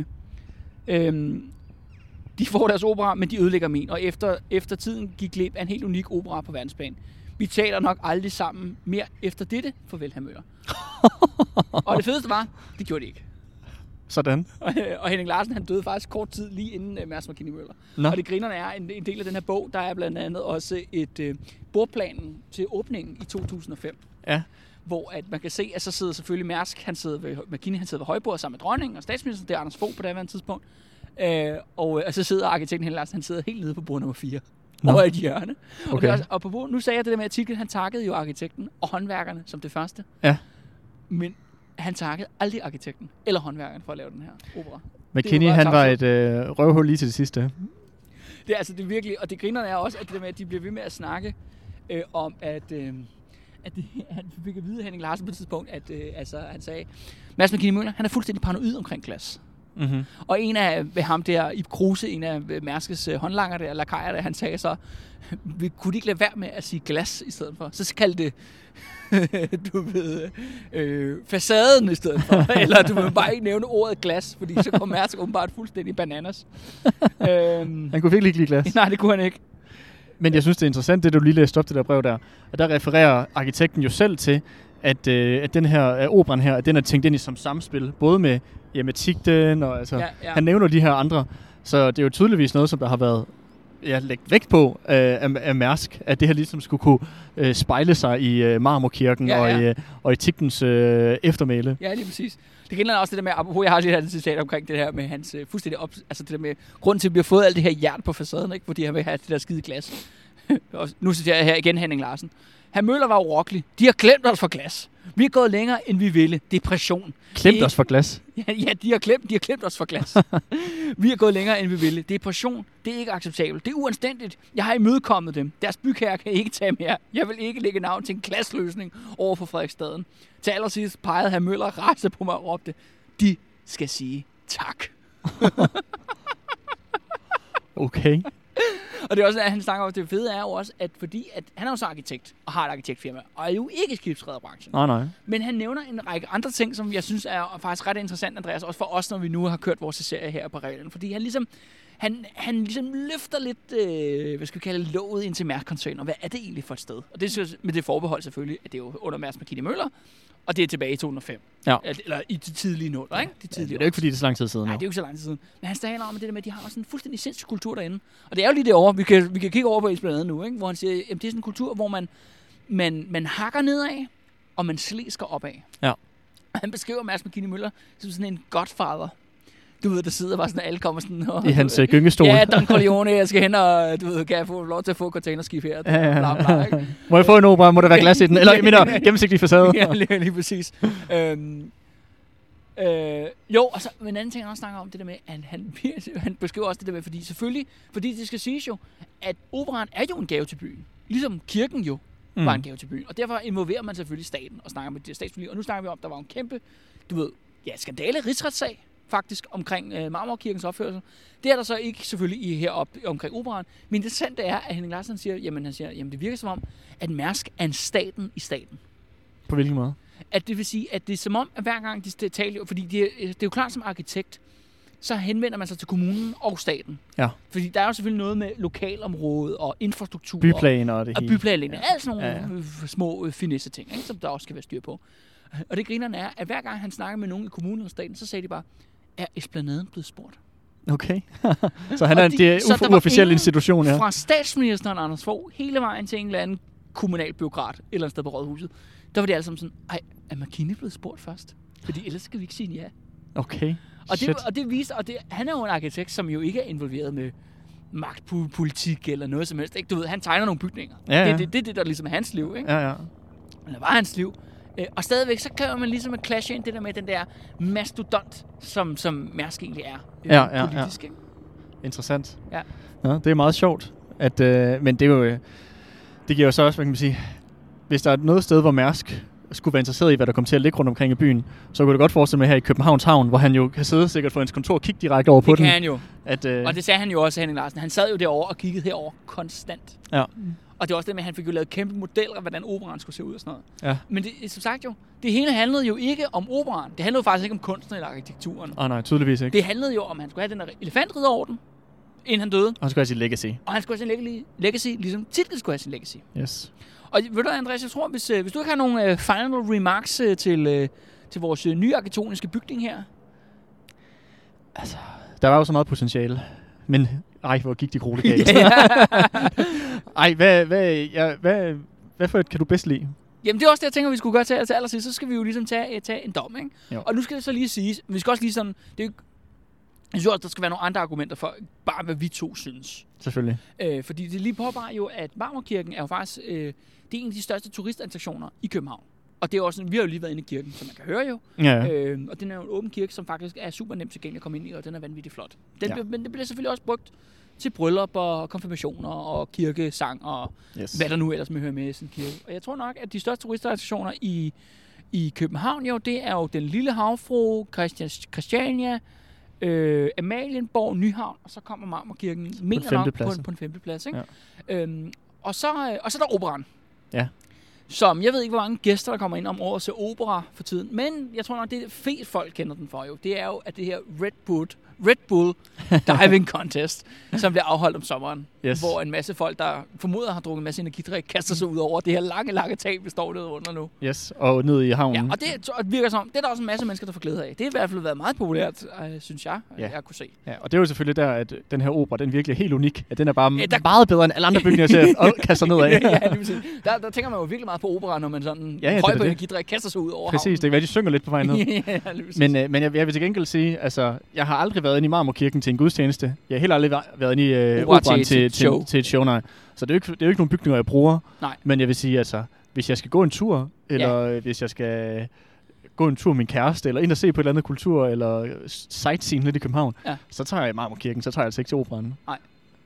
Øhm, de får deres opera, men de ødelægger min, og efter, efter tiden gik glip af en helt unik opera på verdensplan. Vi taler nok aldrig sammen mere efter dette, farvel hr. Møller. Og det fedeste var, det gjorde de ikke. Sådan. Og Henning Larsen, han døde faktisk kort tid lige inden uh, Mads McKinney Møller. Nå. Og det grinerne er, en, en del af den her bog, der er blandt andet også et uh, bordplanen til åbningen i to tusind og fem. Ja. hvor at man kan se, at så sidder selvfølgelig Mærsk, han sidder ved, McKinney, han sidder ved højbordet sammen med dronningen og statsministeren, det er Anders Fogh på det her tidspunkt. Øh, og, og så sidder arkitekten Henning Larsen, han sidder helt nede på bord nummer fire. No. Over et hjørne. Okay. Og, også, og på bord, nu sagde jeg det der med artiklen, han takkede jo arkitekten og håndværkerne som det første. Ja. Men han takkede aldrig arkitekten eller håndværkerne for at lave den her opera. McKinney, han var et øh, røvhul lige til det sidste. Det er altså det er virkelig, og det grinerne er også, at, det der med, at de bliver ved med at snakke øh, om, at, øh, at det, han fik at vide Henning Larsen på et tidspunkt, at øh, altså, han sagde, Mads McKinney Møller, han er fuldstændig paranoid omkring glas. Mm-hmm. Og en af ved ham der, Ib Kruse, en af Mærskes øh, håndlanger der, lakajer der, han sagde så, vi kunne de ikke lade være med at sige glas i stedet for. Så kaldte det, du ved, øh, facaden i stedet for. Eller du vil bare ikke nævne ordet glas, fordi så kom Mærsk åbenbart fuldstændig bananas. øhm, han kunne virkelig ikke lide glas. Nej, det kunne han ikke. Men jeg synes, det er interessant, det du lige læste op, det der brev der. Og der refererer arkitekten jo selv til, at, øh, at den her øh, operan her, at den er tænkt ind i som samspil, både med ja, Tigten, og altså, ja, ja. Han nævner de her andre. Så det er jo tydeligvis noget, som der har været ja, lægget vægt på øh, af, af Mærsk, at det her ligesom skulle kunne øh, spejle sig i øh, Marmorkirken ja, ja. og i, øh, og i Tigtens øh, eftermæle. Ja, lige præcis. Det gælder også det der med, apropos, jeg har lige et citat omkring det her med hans øh, fuldstændig op, altså det der med, grunden til, at vi har fået alt det her jern på facaden, ikke, fordi han vil have det der skide glas. Og nu citerer jeg her igen Henning Larsen. Herr Møller var urokkelig. De har klemt os for glas. Vi er gået længere, end vi ville. Depression. Klemt os for glas? Ja, ja de, har klemt, de har klemt os for glas. Vi er gået længere, end vi ville. Depression, det er ikke acceptabelt. Det er uanstændigt. Jeg har imødekommet dem. Deres bygherre kan ikke tage mere. Jeg vil ikke lægge navn til en glasløsning over for Frederiksstaden. Til allersidst pegede herr Møller, rejste på mig og råbte, de skal sige tak. Okay. Og det er også, at han snakker om, det fede er jo også, at fordi at han er jo så arkitekt, og har et arkitektfirma, og er jo ikke i skibsrederbranchen. Nej, nej. Men han nævner en række andre ting, som jeg synes er faktisk ret interessant, Andreas, også for os, når vi nu har kørt vores serie her på Reglen. Fordi han ligesom, han, han ligesom løfter lidt, øh, hvad skal vi kalde det, låget ind til Mærsk-koncernen, og hvad er det egentlig for et sted? Og det er med det forbehold selvfølgelig, at det er jo under Mærsk McKinney Møller, og det er tilbage i to tusind og fem. Ja. Eller i de tidlige nuller, ikke? De tidlige ja, det er jo ikke, fordi det er så lang tid siden. Nej, det er jo ikke så lang tid siden. Men han taler om det der med, at de har også en fuldstændig sindssyg kultur derinde. Og det er jo lige derovre, vi kan, vi kan kigge over på Esplanaden nu, ikke? Hvor han siger, at det er sådan en kultur, hvor man, man, man hakker nedad, og man slæsker opad. Ja. Og han beskriver Mads McKinney Møller som sådan en godfather. Du ved, der sidder bare sådan, alle kommer sådan... Og, I hans uh, gyngestol. Ja, Don Corleone, jeg skal hen og, du ved, kan jeg få lov til at få containerskib her? Ja, ja. Bla, bla, ikke? Må jeg få en opera? Må der være glas i den? Eller jeg mener, gennemsigtig facade? Ja, lige, lige præcis. øhm, øh, jo, og så en anden ting, han også snakker om, det der med, at han, han beskriver også det der med, fordi selvfølgelig, fordi det skal siges jo, at operaen er jo en gave til byen. Ligesom kirken jo mm. var en gave til byen. Og derfor involverer man selvfølgelig staten og snakker med de statspolitik. Og nu snakker vi om, der var en kæmpe, du ved, ja, skandale, rigsretssag, faktisk, omkring øh, Marmorkirkens opførsel. Det er der så ikke selvfølgelig i heroppe omkring operaen. Men det interessante er, at Henning Larsen siger, jamen han siger, jamen det virker som om, at Mærsk er en staten i staten. På hvilken måde? At det vil sige, at det er som om, at hver gang de taler, fordi det er, det er jo klart som arkitekt, så henvender man sig til kommunen og staten. Ja. Fordi der er jo selvfølgelig noget med lokalområdet og infrastruktur. Byplaner og det og hele. Og byplanlægning. Ja. Alt sådan nogle ja, ja. små finesse ting, ikke, som der også skal være styr på. Og det grinerne er, at hver gang han snakker med nogen i kommunen og staten, så sagde de bare, er Esplanaden blevet spurgt? Okay. Så han er de, en uf- uofficiel institution, ja. Fra statsministeren Anders Fogh hele vejen til en eller anden kommunalbyråkrat et eller andet sted på Rådhuset, der var det alle sammen sådan, ej, er McKinney blevet spurgt først? Fordi ellers skal vi ikke sige ja. Okay. Og det, og det viser, og det, han er jo en arkitekt, som jo ikke er involveret med magtpolitik eller noget som helst. Ikke? Du ved, han tegner nogle bygninger. Ja, ja. Det er det, det, det, der ligesom er hans liv, ikke? Ja, ja. Eller var hans liv. Og stadigvæk, så kan man ligesom at clashe ind det der med den der mastodont, som, som Mærsk egentlig er. Ja, ja, politisk, ja. Ikke? Interessant. Ja. Ja, det er meget sjovt. At, øh, men det er jo, det giver jo så også, hvad kan man sige, hvis der er noget sted, hvor Mærsk skulle være interesseret i, hvad der kommer til at ligge rundt omkring i byen, så kunne det godt forestille mig her i Københavns Havn, hvor han jo kan sidde sikkert på hans kontor og kigge direkte over det på den. Det kan han jo. At, øh... Og det sagde han jo også, Henning Larsen. Han sad jo derovre og kiggede herover konstant. Ja. Og det er også det med, at han fik jo lavet kæmpe modeller af, hvordan operaen skulle se ud og sådan noget. Ja. Men det, som sagt jo, det hele handlede jo ikke om operaen. Det handlede jo faktisk ikke om kunsten eller arkitekturen. Åh oh, nej, tydeligvis ikke. Det handlede jo om, at han skulle have den der elefantridderorden, inden han døde. Og han skulle have sin legacy. Og han skulle have sin legacy, ligesom Tietgen skulle have sin legacy. Yes. Og ved du, Andreas, jeg tror, hvis, hvis du ikke har nogle uh, final remarks uh, til, uh, til vores uh, nye arkitektoniske bygning her. Altså, der var jo så meget potentiale. Men ej, hvor gik de grueligt galt. Ej, hvad, hvad, ja, hvad, hvad for et kan du bedst lide? Jamen det er også det, jeg tænker, vi skulle gøre til, til allersidst. Så skal vi jo ligesom tage, tage en dom, ikke? Jo. Og nu skal det så lige siges, vi skal også lige sådan, det er jo, jeg synes også, der skal være nogle andre argumenter for, bare hvad vi to synes. Selvfølgelig. Øh, fordi det lige påpeger jo, at Marmorkirken er jo faktisk, øh, det er en af de største turistattraktioner i København. Og det er også, vi har jo lige været inde i kirken, som man kan høre jo. Ja. Øh, og den er jo en åben kirke, som faktisk er super nemt tilgængelig at komme ind i, og den er vanvittigt flot. Den, Ja. Men det bliver selvfølgelig også brugt til bryllupper og konfirmationer og kirkesang og Yes. hvad der nu ellers med hører med i sådan en kirke. Og jeg tror nok, at de største turistattraktioner i, i København, jo, det er jo den lille havfru, Christian, Christiania, øh, Amalienborg, Nyhavn, og så kommer Marmorkirken, mener nok, på en, på en femteplads. Ikke? Ja. Øhm, og, så, og så er der operan. Ja. Som, jeg ved ikke, hvor mange gæster, der kommer ind om året til opera for tiden, men jeg tror nok, det er fedt, folk kender den for jo. Det er jo, at det her Red Bull, Red Bull Diving Contest, som bliver afholdt om sommeren, Yes. hvor en masse folk, der formoder har drukket en masse energidrik, kaster sig ud over det her lange, lange tag, vi står nede under nu. Yes, og ned i havnen. Ja, og det og det virker som, det er der også en masse mennesker, der får glæde af. Det har i hvert fald været meget populært, øh, synes jeg, Ja. jeg kunne se. Ja, og det er jo selvfølgelig der, at den her opera, den virkelig er helt unik. At den er bare Ja, der- meget bedre end alle andre bygninger til at kaste sig ned af. ja, lige præcis. der, der tænker man jo virkelig meget på opera, når man sådan Ja, ja, det høj er på det. energidrik kaster sig ud over Præcis, det kan være, de synger lidt på vej ned. havnen. ja, lige præcis. Men, øh, men jeg, jeg vil til gengæld sige, altså, jeg har aldrig været inde i Marmorkirken til en gudstjeneste. Jeg har heller aldrig væ- været inde i øh, Opera operaen til- til, til et til, show. til, til et show, nej. Så det er, jo ikke, det er jo ikke nogen bygninger, jeg bruger. Nej. Men jeg vil sige, altså, hvis jeg skal gå en tur, eller ja. hvis jeg skal gå en tur med min kæreste, eller ind og se på et eller andet kultur, eller sightseeing lidt i København, Ja. så tager jeg i Marmorkirken, så tager jeg altså ikke til operaen. Nej.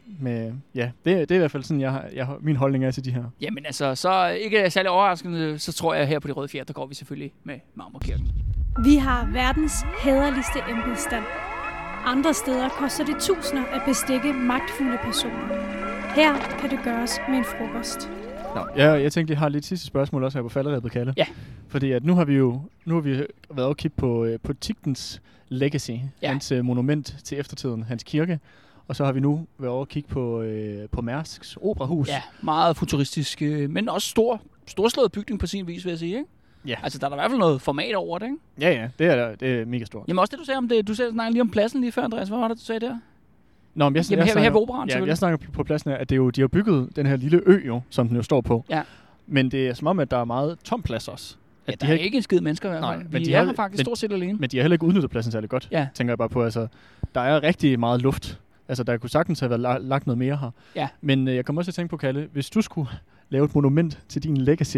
Men ja, det, det er i hvert fald sådan, jeg, har- jeg, har- min holdning er til de her. Jamen altså, så ikke særlig overraskende, så tror jeg her på det røde fjerde, der går vi selvfølgelig med Marmorkirken. Vi har verdens hæderligste embedsstand. Andre steder koster det tusinder at bestikke magtfulde personer. Her kan det gøres med en frokost. Nå, jeg, jeg tænkte, jeg har lidt sidste spørgsmål også her på falderæbet, Kalle. Ja. Fordi at nu har vi jo nu har vi været og kigge på, øh, på Tigtens legacy, Ja. hans øh, monument til eftertiden, hans kirke. Og så har vi nu været over og kigge på, øh, på Mærsks operahus. Ja, meget futuristisk, øh, men også stor, storslået bygning på sin vis, vil jeg sige, ikke? Ja. Altså, der er der i hvert fald noget format over det, ikke? Ja, ja, det er, det er mega stort. Jamen også det, du sagde om det. Du sagde snakkede lige om pladsen lige før, Andreas. Hvad var det, du sagde der? Nå, men jeg, Jamen, jeg her- snakker- her ved operaen, ja, selvfølgelig. jeg snakker på pladsen af, at det er jo, de har bygget den her lille ø, jo, som den jo står på. Ja. Men det er som om, at der er meget tom plads også. Ja, At der de har er ikke en skid mennesker i hvert Nej, fald. men Vi de er har- her faktisk men- stort set alene. Men de har heller ikke udnyttet pladsen særlig godt, Ja. tænker jeg bare på. Altså, der er rigtig meget luft. Altså, der kunne sagtens have været la- lagt noget mere her. Ja. Men øh, jeg kommer også til at tænke på, Kalle, hvis du skulle lave et monument til din legacy.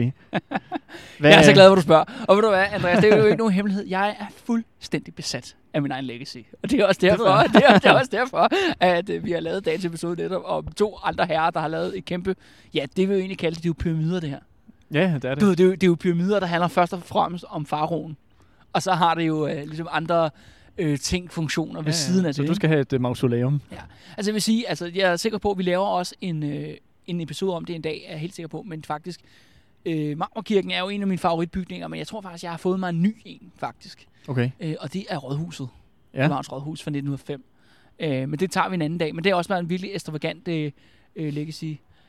Hvad? Jeg er så glad, at du spørger. Og ved du hvad, Andreas, det er jo ikke nogen hemmelighed. Jeg er fuldstændig besat af min egen legacy. Og det er også derfor, ved jeg. det er, det er også derfor at øh, vi har lavet dagens episode netop om to andre herrer, der har lavet et kæmpe... Ja, det vil jo egentlig kalde det, det er jo pyramider, det her. Ja, det er det. Du ved, det, er jo, det er jo pyramider, der handler først og fremmest om faraoen. Og så har det jo øh, ligesom andre øh, ting, funktioner ved Ja, ja. siden af Så det. du skal have et uh, mausoleum. Altså jeg vil sige, altså jeg er sikker på, at vi laver også en, øh, en episode om det en dag, er jeg helt sikker på, men faktisk, øh, Marmorkirken er jo en af mine favoritbygninger, men jeg tror faktisk, jeg har fået mig en ny en, faktisk. Okay. Øh, og det er Rådhuset. Ja. Københavns Rådhus fra nitten nul fem. Øh, men det tager vi en anden dag, men det har også været en virkelig ekstravagant øh, øh, legacy.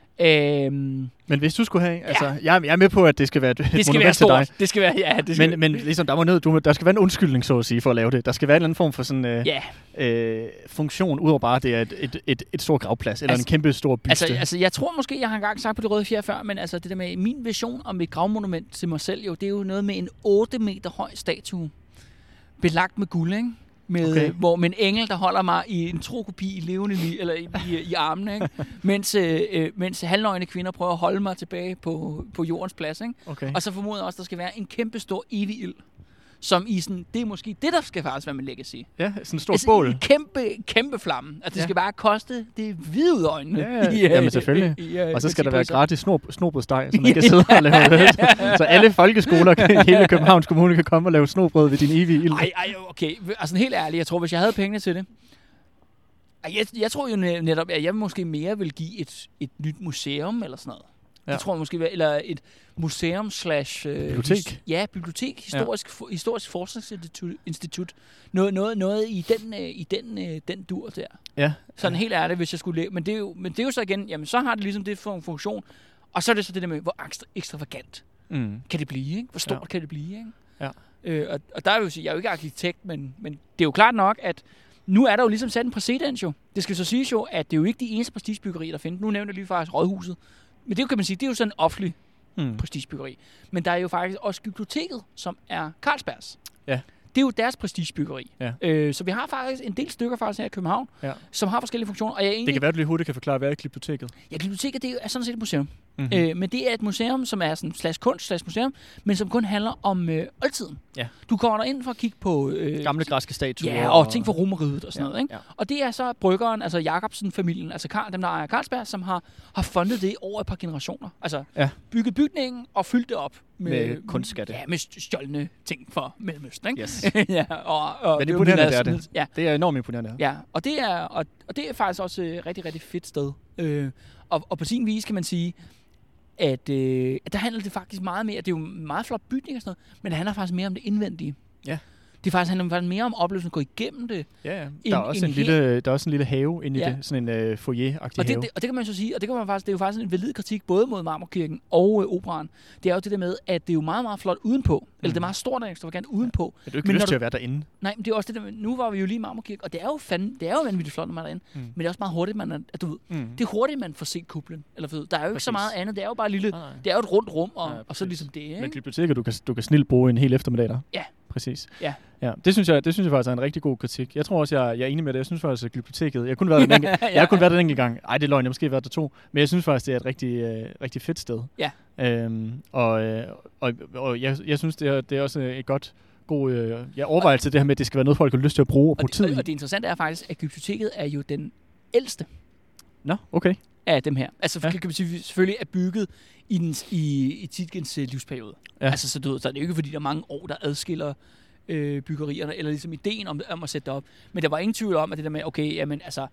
Øh, Men hvis du skulle have... Altså, jeg, jeg er med på, at det skal være et, et det skal monument være til dig. stort. Det skal være, ja, det skal Men, men ligesom, der, må ned, du, må- der skal være en undskyldning, så at sige, for at lave det. Der skal være en eller anden form for sådan øh, ja. øh, funktion, udover bare, at det er et, et, et, et stort gravplads, eller Altså- en kæmpe stor byste. Altså, altså, jeg tror måske, jeg har engang sagt på det røde fjerde før, men altså, det der med min vision om et gravmonument til mig selv, jo, det er jo noget med en otte meter høj statue, belagt med guld, ikke? Med, Okay. okay. Hvor med en engel, der holder mig i en trokopi i levende li- eller i, i, i armene, ikke? mens, øh, mens halvnøgne kvinder prøver at holde mig tilbage på, på jordens plads. Ikke? Okay. Og så formoder jeg også, der skal være en kæmpe stor evig ild, som i sådan, det er måske det, der skal faktisk være min legacy. Ja, sådan en stor Altså, bål. en kæmpe, kæmpe flamme. Altså, det Ja. skal bare koste det hvide ud af øjnene. Ja, ja. i, øh, Jamen, selvfølgelig. i, øh, Og så skal der være princippet. gratis snor, snobrødsteg, så man kan sidde og lave det. Så alle folkeskoler i hele Københavns Kommune kan komme og lave snobrød ved din evige ild. Ej, ej, okay. Altså helt ærligt, jeg tror, hvis jeg havde pengene til det... Ej, Jeg, jeg tror jo netop, at jeg måske mere vil give et, et nyt museum eller sådan noget. Ja. Det tror jeg måske, eller et museum slash... Øh, Bibliotek. his- ja, bibliotek. Historisk, for, historisk forskningsinstitut. Institut. Noget, noget, noget i den, øh, i den, øh, den dur der. Ja. Sådan helt ærligt, hvis jeg skulle læ- men det er jo, men det er jo så igen, jamen så har det ligesom det for en funktion. Og så er det så det der med, hvor ekstra, ekstravagant Mm. kan det blive, ikke? Hvor stort Ja. kan det blive, ikke? Ja. Øh, og, og der vil jeg jo sige, jeg er jo ikke arkitekt, men, men det er jo klart nok, at nu er der jo ligesom sat en præcedens jo. Det skal så siges jo, at det er jo ikke de eneste prestigebyggerier, der findes. Nu nævner jeg lige faktisk Rådhuset. Men det er jo, kan man sige, det er jo sådan en offentlig mm. prestigebyggeri. Men der er jo faktisk også Glyptoteket, som er Carlsbergs. Ja. Det er jo deres prestigebyggeri. Ja. Øh, så vi har faktisk en del stykker faktisk her i København, ja. som har forskellige funktioner. Og jeg egentlig, det kan være, at du lige hurtigt kan forklare, hvad er Glyptoteket? Ja, Glyptoteket det er, jo, er sådan set et museum. Mm-hmm. Øh, men det er et museum, som er sådan slags kunst, slags museum, men som kun handler om øh, oldtiden. Ja. Du kommer der ind for at kigge på... Øh, gamle græske statuer. Ja, og, og ting fra Romeriet og sådan ja, noget. Ikke? Ja. Og det er så bryggeren, altså Jacobsen-familien, altså Karl, dem der ejer Carlsberg, som har, har fundet det over et par generationer. Altså ja. bygget bygningen og fyldt det op med, med kunstskatte. Ja, med stjålne ting fra Mellemøsten. Ikke? Yes. ja, og, og Men det er imponerende, det er det. Ja. Det er enormt imponerende. Ja, og det er, og, og det er faktisk også et rigtig, rigtig fedt sted. Øh, og, og på sin vis kan man sige, at, øh, at der handler det faktisk meget mere, det er jo en meget flot bygning og sådan noget, men det handler faktisk mere om det indvendige. Ja. Det faktisk handler faktisk mere om oplevelsen at gå igennem det. Ja, ja. Der, er også en lille, der er også en lille have inde i ja. det, sådan en uh, foyer-agtig og det, have. Det, og det kan man så sige, og det kan man faktisk, det er jo faktisk en valid kritik både mod Marmorkirken og øh, Operaen. Det er jo det der med, at det er jo meget, meget flot udenpå, mm. eller det er meget stort og ekstravagant udenpå. Ja. Du har ikke lyst til at være derinde. Nej, men det er også det der med, nu var vi jo lige i Marmorkirken, og det er jo fandme, det er jo vanvittigt flot, når man er derinde, mm. men det er også meget hurtigt, man er, at du ved, mm. det er hurtigt, man får set kuplen, eller ved, der er jo ikke præcis. Så meget andet, det er jo bare lille, nej. Det er jo et rundt rum, og, ja, og så ligesom det, ikke? Men biblioteket, du kan, du kan snilt bruge en hel eftermiddag der. Ja. Præcis. Ja. Ja, det synes jeg, det synes jeg faktisk er en rigtig god kritik. Jeg tror også, jeg, jeg er enig med det. Jeg synes faktisk, at Glyptoteket, jeg kunne været der en ja. Jeg har kun været der en enkelt gang. Ej, det er løgn, jeg måske har været der to. Men jeg synes faktisk, det er et rigtig, øh, rigtig fedt sted. Ja. Øhm, og, øh, og, og jeg, jeg synes, det er, det er også et godt, god øh, jeg overvejer til det her med, at det skal være noget, folk har lyst til at bruge og bruge tid i. Og det interessante er faktisk, at Glyptoteket er jo den ældste. Nå, okay. Af dem her. Altså, ja. kan man sige, selvfølgelig er bygget i, den, i, i Tietgens uh, livsperiode. Ja. Altså, så, du, så er det jo ikke, fordi der er mange år, der adskiller øh, byggerierne, eller ligesom ideen om, om at sætte det op. Men der var ingen tvivl om, at det der med, okay, jamen, altså,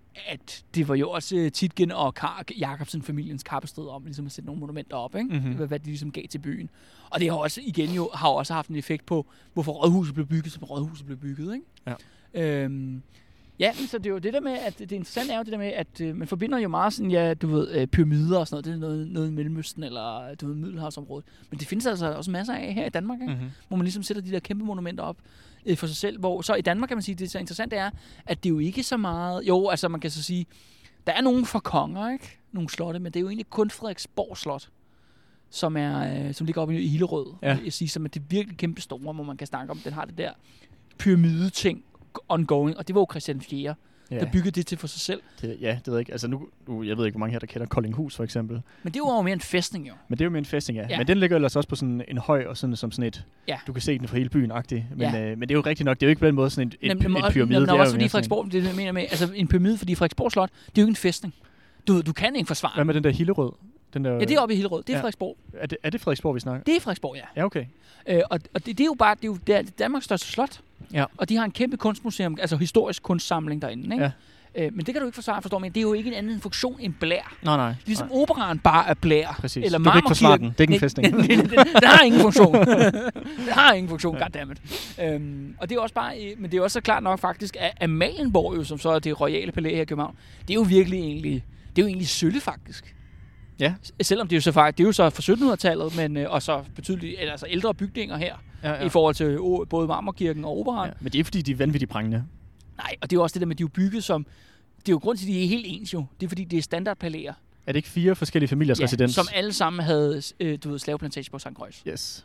at det var jo også uh, Tietgen og Karl Jacobsen-familiens kappested om ligesom at sætte nogle monumenter op, ikke? Mm-hmm. Hvad, hvad de ligesom gav til byen. Og det har også, igen jo, har også haft en effekt på, hvorfor rådhuset blev bygget, som rådhuset blev bygget, ikke? Ja. Øhm, Ja, men så det er jo det der med, at det interessante er jo det der med, at øh, man forbinder jo meget sådan, ja, du ved, øh, pyramider og sådan noget, det er noget, noget i Mellemøsten eller du ved, Middelhavsområdet. Men det findes altså også masser af her i Danmark, ikke? Mm-hmm. Hvor man ligesom sætter de der kæmpe monumenter op øh, for sig selv. Hvor så i Danmark kan man sige, det så interessant er, at det jo ikke så meget, jo, altså man kan så sige, der er nogen for konger, ikke? Nogle slotte, men det er jo egentlig kun Frederiksborg Slot, som er, øh, som ligger oppe i Hillerød. Ja. Jeg siger, som er det virkelig kæmpe store, hvor man kan snakke om, den har det der pyramide-ting ongoing, og det var jo Christian fjerde, ja. Der byggede det til for sig selv. Det, ja, det ved jeg ikke. Altså nu, nu, jeg ved ikke, hvor mange her, der kender Koldinghus for eksempel. Men det var jo mere en fæstning jo. Men det er jo mere en fæstning, ja. ja. Men den ligger ellers også på sådan en høj, og sådan, som sådan et, ja. Du kan se den fra hele byen-agtig. Men, ja. øh, men det er jo rigtigt nok, det er jo ikke på den måde sådan en, et, Jamen, et pyramide. Men også fordi Frederiksborg, det jeg mener med, altså en pyramide, fordi Frederiksborg Slot, det er jo ikke en fæstning. Du, du kan ikke forsvare. Hvad med den der Hillerød? Den der, ja, det er oppe i Hillerød. Det er ja. Frederiksborg. Er det, er det Frederiksborg, vi snakker? Det er Frederiksborg, ja. Ja, okay. Øh, og og det, det er jo bare, det er jo det er Danmarks største slot. Ja. Og de har en kæmpe kunstmuseum, altså historisk kunstsamling derinde, ikke? Ja. Øh, men det kan du ikke forsvare, forstår man. Det er jo ikke en anden funktion end blær. Nej, nej. Ligesom nej. Operaen bare er blær. Præcis. Eller du kan ikke forsvare den. Det er ikke en fæstning. Den har ingen funktion. Den har ingen funktion, ja. Goddammit. Øhm, og det er også bare, men det er også så klart nok faktisk, at Amalienborg, jo, som så er det royale palæ her i København, det er jo virkelig egentlig, det er jo egentlig sølle faktisk. Ja. Selvom det er jo så faktisk, det er jo så fra syttenhundredetallet, men øh, og så betydeligt, eller altså ældre bygninger her, ja, ja. I forhold til o, både Marmorkirken og Operaen. Ja, men det er ikke fordi, de er vanvittigt prangende. Nej, og det er jo også det der med, at de er bygget som, det er jo grund til, at de er helt ens jo. Det er fordi, det er standardpalæer. Er det ikke fire forskellige familiers ja, residens? Som alle sammen havde, øh, du ved, slaveplantage på Sankt Croix. Yes.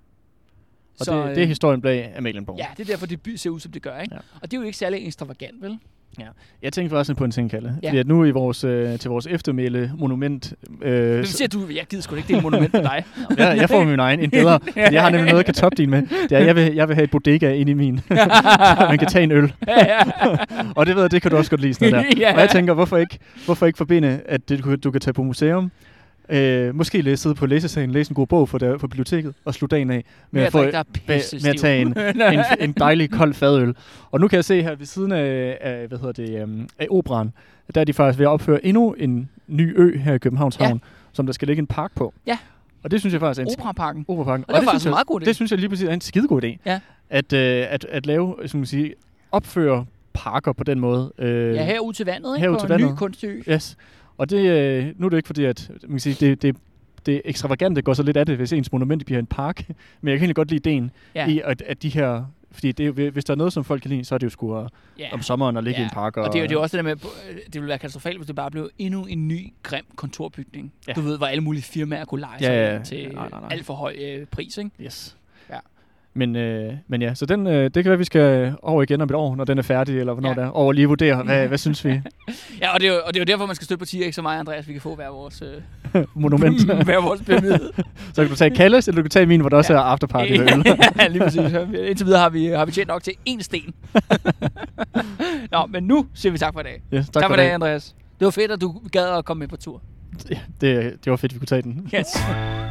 Og så, det, det er historien bag Amalienborg. Ja, det er derfor, det by ser ud, som det gør, ikke? Ja. Og det er jo ikke særlig ekstravagant, vel? Ja. Jeg tænkte faktisk på en ting, Kalle. Ja. Fordi at nu i vores, øh, til vores eftermæle monument... Øh, det siger du, jeg gider sgu ikke dele monument med dig. ja, jeg får min egen, en bedre. Jeg har nemlig noget, jeg kan toppe din med. Det er, jeg, vil, jeg vil have et bodega inde i min. Man kan tage en øl. Og det ved jeg, det kan du også godt lide sådan der. ja. Og jeg tænker, hvorfor ikke, hvorfor ikke forbinde, at det, du, du kan tage på museum, Øh, måske læse sidde på læsesalen, læse en god bog for, der, for biblioteket og slutte dagen af med, med, at, få, med, med at tage en, en, en dejlig kold fadøl. Og nu kan jeg se her ved siden af, af hvad hedder det, um, af Operaen, der er de faktisk ved at opføre endnu en ny ø her i Københavns Havn, ja. Som der skal ligge en park på. Ja. Og det synes jeg faktisk er en Operaparken. Operaparken. Og, og det er faktisk en meget god idé. Det synes jeg lige præcis er en skidegod idé. Ja. At, øh, at, at lave, som man siger, opføre parker på den måde. Øh, ja, herude til vandet, ikke? Herude på til vandet. Ny Kunstø. Yes. Og det, øh, nu er det ikke fordi, at man kan sige, det, det, det ekstravagante går så lidt af det, hvis ens monument bliver en park. Men jeg kan egentlig godt lide ideen ja. I, at, at de her Fordi det, er, hvis der er noget, som folk kan lide, så er det jo sgu uh, Ja. om sommeren at ligge Ja. i en park. Og, Og det er jo det er også det der med, det ville være katastrofalt, hvis det bare blev endnu en ny, grim kontorbygning. Ja. Du ved, hvor alle mulige firmaer kunne lege Ja, sig ja, ind til nej, nej, nej. alt for høj øh, pris, ikke? Yes. Ja. Men, øh, men ja, så den, øh, det kan være, vi skal over igen om et år, når den er færdig, eller hvornår Ja. det er. Og lige vurdere, hvad, hvad synes vi? Ja, og det, er jo, og det er jo derfor, man skal støtte på T R X og mig, Andreas. Vi kan få hver vores, øh, Monument. hver vores pyramide. Så kan du tage Kalles, eller du kan tage min, hvor der også Ja. er afterparty med øl. Ja, lige præcis. Indtil videre har vi, har vi tjent nok til én sten. Nå, men nu siger vi tak for i dag. Yes, tak, Tak, tak for det. i dag, Andreas. Det var fedt, at du gad at komme med på tur. Ja, det, det var fedt, vi kunne tage den. Yes.